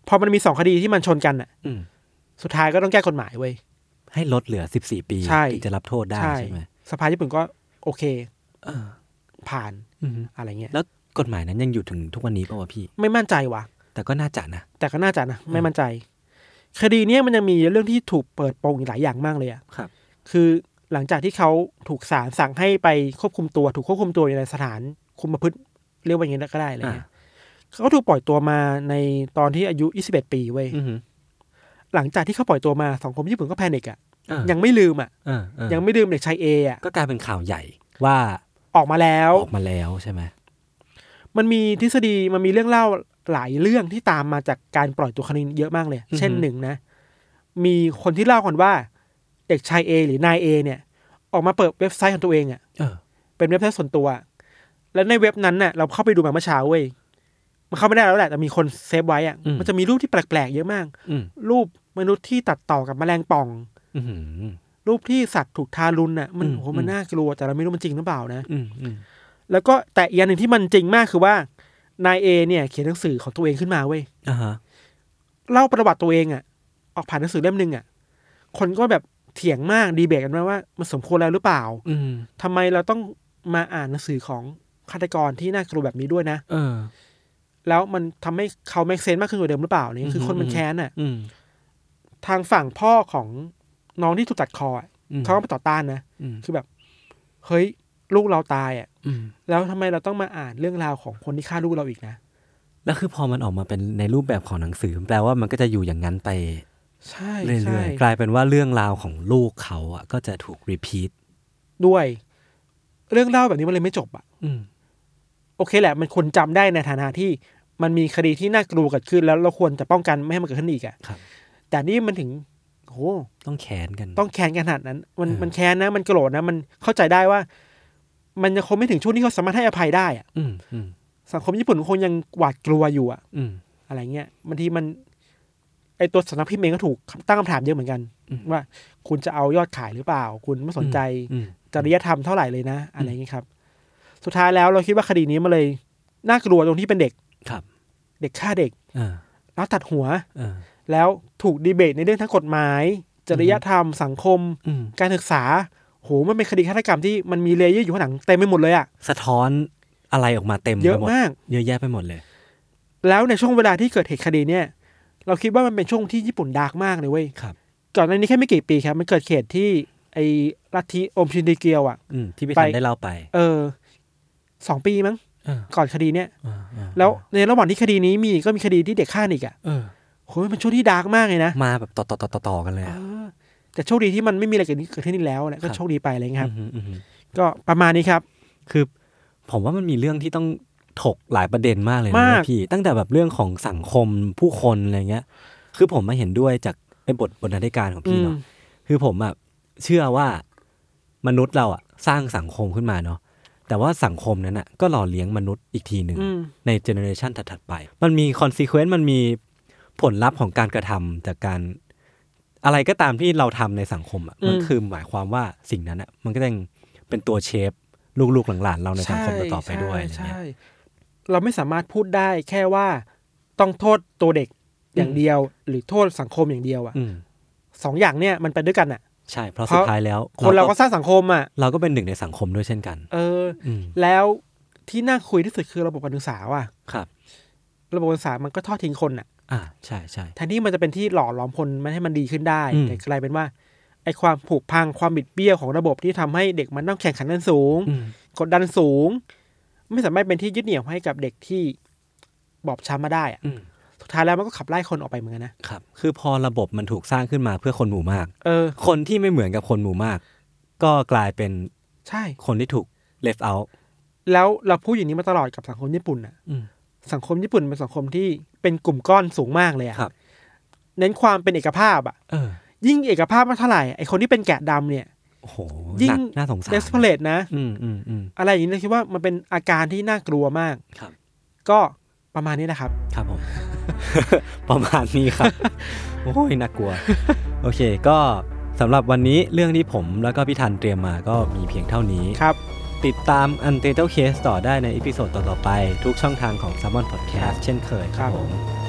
พอมันมีสองคดีที่มันชนกันอ่ะสุดท้ายก็ต้องแก้กฎหมายเว้ยให้ลดเหลือสิบสี่ปีถึงจะรับโทษได้ใช่ไหมสภาญี่ปุ่นก็โอเคผ่านอะไรเงี้ยแล้วกฎหมายนั้นยังอยู่ถึงทุกวันนี้ป่าววะพี่ไม่มั่นใจว่ะแต่ก็น่าจะนะแต่ก็น่าจะนะไม่มั่นใจคดีนี้มันยังมีเรื่องที่ถูกเปิดโปงอีกหลายอย่างมากเลยอ่ะครับคือหลังจากที่เขาถูกศาลสั่งให้ไปควบคุมตัวถูกควบคุมตัวอยู่ในสถานคุมประพฤติเรียกว่าอย่างนี้ก็ได้อะไรเงี้ยเขาถูกปล่อยตัวมาในตอนที่อายุยี่สิบเอ็ดปีเว้ยหลังจากที่เขาปล่อยตัวมาสังคมญี่ปุ่นก็แพนิคอ่ะยังไม่ลืมอ่ะยังไม่ลืมเด็กชายเออ่ะก็กลายเป็นข่าวใหญ่ว่าออกมาแล้วออกมาแล้วใช่ไหมมันมีทฤษฎีมันมีเรื่องเล่าหลายเรื่องที่ตามมาจากการปล่อยตัวคดีเยอะมากเลยเช่นหนึ่งนะมีคนที่เล่ากันว่าเด็กชายเอหรือนายเอเนี่ยออกมาเปิดเว็บไซต์ของตัวเองอ่ะเป็นเว็บไซต์ส่วนตัวแล้วในเว็บนั้นน่ะเราเข้าไปดูมาเมื่อเช้าเว้ยมันเข้าไม่ได้แล้วแหละแต่มีคนเซฟไว้อ่ะมันจะมีรูปที่แปลกๆเยอะมากรูปมนุษย์ที่ตัดต่อกับแมลงป่องรูปที่สัตว์ถูกทารุณน่ะมันโหมันน่ากลัวแต่เราไม่รู้มันจริงหรือเปล่านะแล้วก็แต่อีกอย่างหนึ่งที่มันจริงมากคือว่านายเอเนี่ยเขียนหนังสือของตัวเองขึ้นมาเว้ยเล่าประวัติตัวเองอ่ะออกผ่านหนังสือเล่มนึงอ่ะคนก็แบบเถียงมากดีเบตกันว่ามันสมควรแล้วหรือเปล่าทำไมเราต้องมาอ่านหนังสือของฆาตกรที่น่ากลัวแบบนี้ด้วยนะแล้วมันทำให้เขาแม็กเซนมากขึ้นกว่าเดิมหรือเปล่านี่คือคนมันแค้นอ่ะทางฝั่งพ่อของน้องที่ถูกตัดคอเขาก็ไปต่อต้านนะคือแบบเฮ้ยลูกเราตายอ่ะแล้วทำไมเราต้องมาอ่านเรื่องราวของคนที่ฆ่าลูกเราอีกนะแล้วคือพอมันออกมาเป็นในรูปแบบของหนังสือแปลว่ามันก็จะอยู่อย่างนั้นไปใช่เรื่อยๆกลายเป็นว่าเรื่องราวของลูกเขาอ่ะก็จะถูกรีพีทด้วยเรื่องเล่าแบบนี้มันเลยไม่จบอ่ะโอเคแหละมันควรจำได้ในฐานะที่มันมีคดีที่น่ากลัวเกิดขึ้นแล้วเราควรจะป้องกันไม่ให้มันเกิดขึ้นอีกอ่ะแต่นี่มันถึงโหต้องแค้นกันต้องแค้นกันขนาดนั้นมันมันแค้นนะมันโกรธนะมันเข้าใจได้ว่ามันยังคงไม่ถึงช่วงที่เขาสามารถให้อภัยได้อ่ะสังคมญี่ปุ่นคงยังหวาดกลัวอยู่อ่ะอะไรเงี้ยบางทีมันไอตัวสำนักพิมพ์เองก็ถูกตั้งคำถามเยอะเหมือนกันว่าคุณจะเอายอดขายหรือเปล่าคุณไม่สนใจจริยธรรมเท่าไหร่เลยนะอะไรเงี้ยครับสุดท้ายแล้วเราคิดว่าคดีนี้มันเลยน่ากลัวตรงที่เป็นเด็กเด็กฆ่าเด็กแล้วตัดหัวแล้วถูกดีเบตในเรื่องทั้งกฎหมายจริยธรรมสังคมการศึกษาโหมันเป็นคดีฆาตกรรมที่มันมีเลเยอร์อยู่ข้างหลังเต็มไปหมดเลยอะสะท้อนอะไรออกมาเต็มเยอะมากเยอะแยะไปหมดเลยแล้วในช่วงเวลาที่เกิดเหตุคดีเนี่ยเราคิดว่ามันเป็นช่วงที่ญี่ปุ่นดาร์กมากเลยเว้ยก่อนหน้านี้แค่ไม่กี่ปีครับมันเกิดเหตุที่ไอ้ลัทธิโอมชินริเกียวอ่ะที่พี่ทันได้เล่าไปเออสองปีมั้งก่อนคดีเนี่ยแล้วในระหว่างที่คดีนี้มีก็มีคดีที่เด็กฆ่าอีกอ่ะโหมันช่วงที่ดาร์กมากเลยนะมาแบบต่อต่อต่อต่อกันเลยแต่โชคดีที่มันไม่มีอะไรเกิดขึ้นอีกแล้วแหละก็โชคดีไปอะไรเงี้ยครับก็ประมาณนี้ครับคือผมว่ามันมีเรื่องที่ต้องถกหลายประเด็นมากเลยนะพี่ตั้งแต่แบบเรื่องของสังคมผู้คนอะไรเงี้ยคือผมมาเห็นด้วยจากไอ้บทบทนาธิการของพี่เนาะคือผมอ่ะเชื่อว่ามนุษย์เราอ่ะสร้างสังคมขึ้นมาเนาะแต่ว่าสังคมนั้นอ่ะก็หล่อเลี้ยงมนุษย์อีกทีนึงในเจเนอเรชันถัดๆไปมันมีคอนซีเควนซ์มันมีผลลัพธ์ของการกระทำจากการอะไรก็ตามที่เราทำในสังคมอ่ะมันคือหมายความว่าสิ่งนั้นอ่ะมันก็ยังเป็นตัวเชฟลูกๆหลานๆเราในสังคมต่อไปด้วยอะไรเงี้ยเราไม่สามารถพูดได้แค่ว่าต้องโทษตัวเด็กอย่างเดียวหรือโทษสังคมอย่างเดียวอ่ะสองอย่างเนี่ยมันไปด้วยกันอ่ะใช่เพราะสุดท้ายแล้วคนเราก็สร้างสังคมอ่ะเราก็เป็นหนึ่งในสังคมด้วยเช่นกันเออแล้วที่น่าคุยที่สุดคือระบบการศึกษาว่ะครับระบบการศึกษามันก็ทอดทิ้งคนอ่ะอ่าใช่ใช่แทนที่มันจะเป็นที่หล่อหลอมคนมันให้มันดีขึ้นได้แต่กลายเป็นว่าไอ้ความผุพังความบิดเบี้ยวของระบบที่ทำให้เด็กมันต้องแข่งขันกันสูงกดดันสูงไม่สามารถเป็นที่ยึดเหนี่ยวให้กับเด็กที่บอบช้ำมาได้อ่ะสุดท้ายแล้วมันก็ขับไล่คนออกไปเหมือนกันนะครับคือพอระบบมันถูกสร้างขึ้นมาเพื่อคนหมู่มากเออคนที่ไม่เหมือนกับคนหมู่มากก็กลายเป็นใช่คนที่ถูก left out แล้วเราพูดอย่างนี้มาตลอดกับสังคมญี่ปุ่นอ่ะสังคมญี่ปุ่นเป็นสังคมที่เป็นกลุ่มก้อนสูงมากเลยอ่ะเน้นความเป็นเอกภาพอ่ะยิ่งเอกภาพมากเท่าไหร่ไอคนที่เป็นแกะดำเนี่ยโอ้โหยิ่งน่าสงสาร desperate นะอืมอืมอืมอะไรอย่างนี้นะคิดว่ามันเป็นอาการที่น่ากลัวมากครับก็ประมาณนี้นะครับครับผม ประมาณนี้ครับโอ้ยน่ากลัว โอเคก็สำหรับวันนี้เรื่องที่ผมแล้วก็พี่ทันเตรียมมาก็มีเพียงเท่านี้ครับติดตาม Untitled Case ต่อได้ในอีพิโซดต่อๆไปทุกช่องทางของ Salmon Podcast เช่นเคยครับผม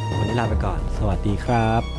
วันนี้ลาไปก่อนสวัสดีครับ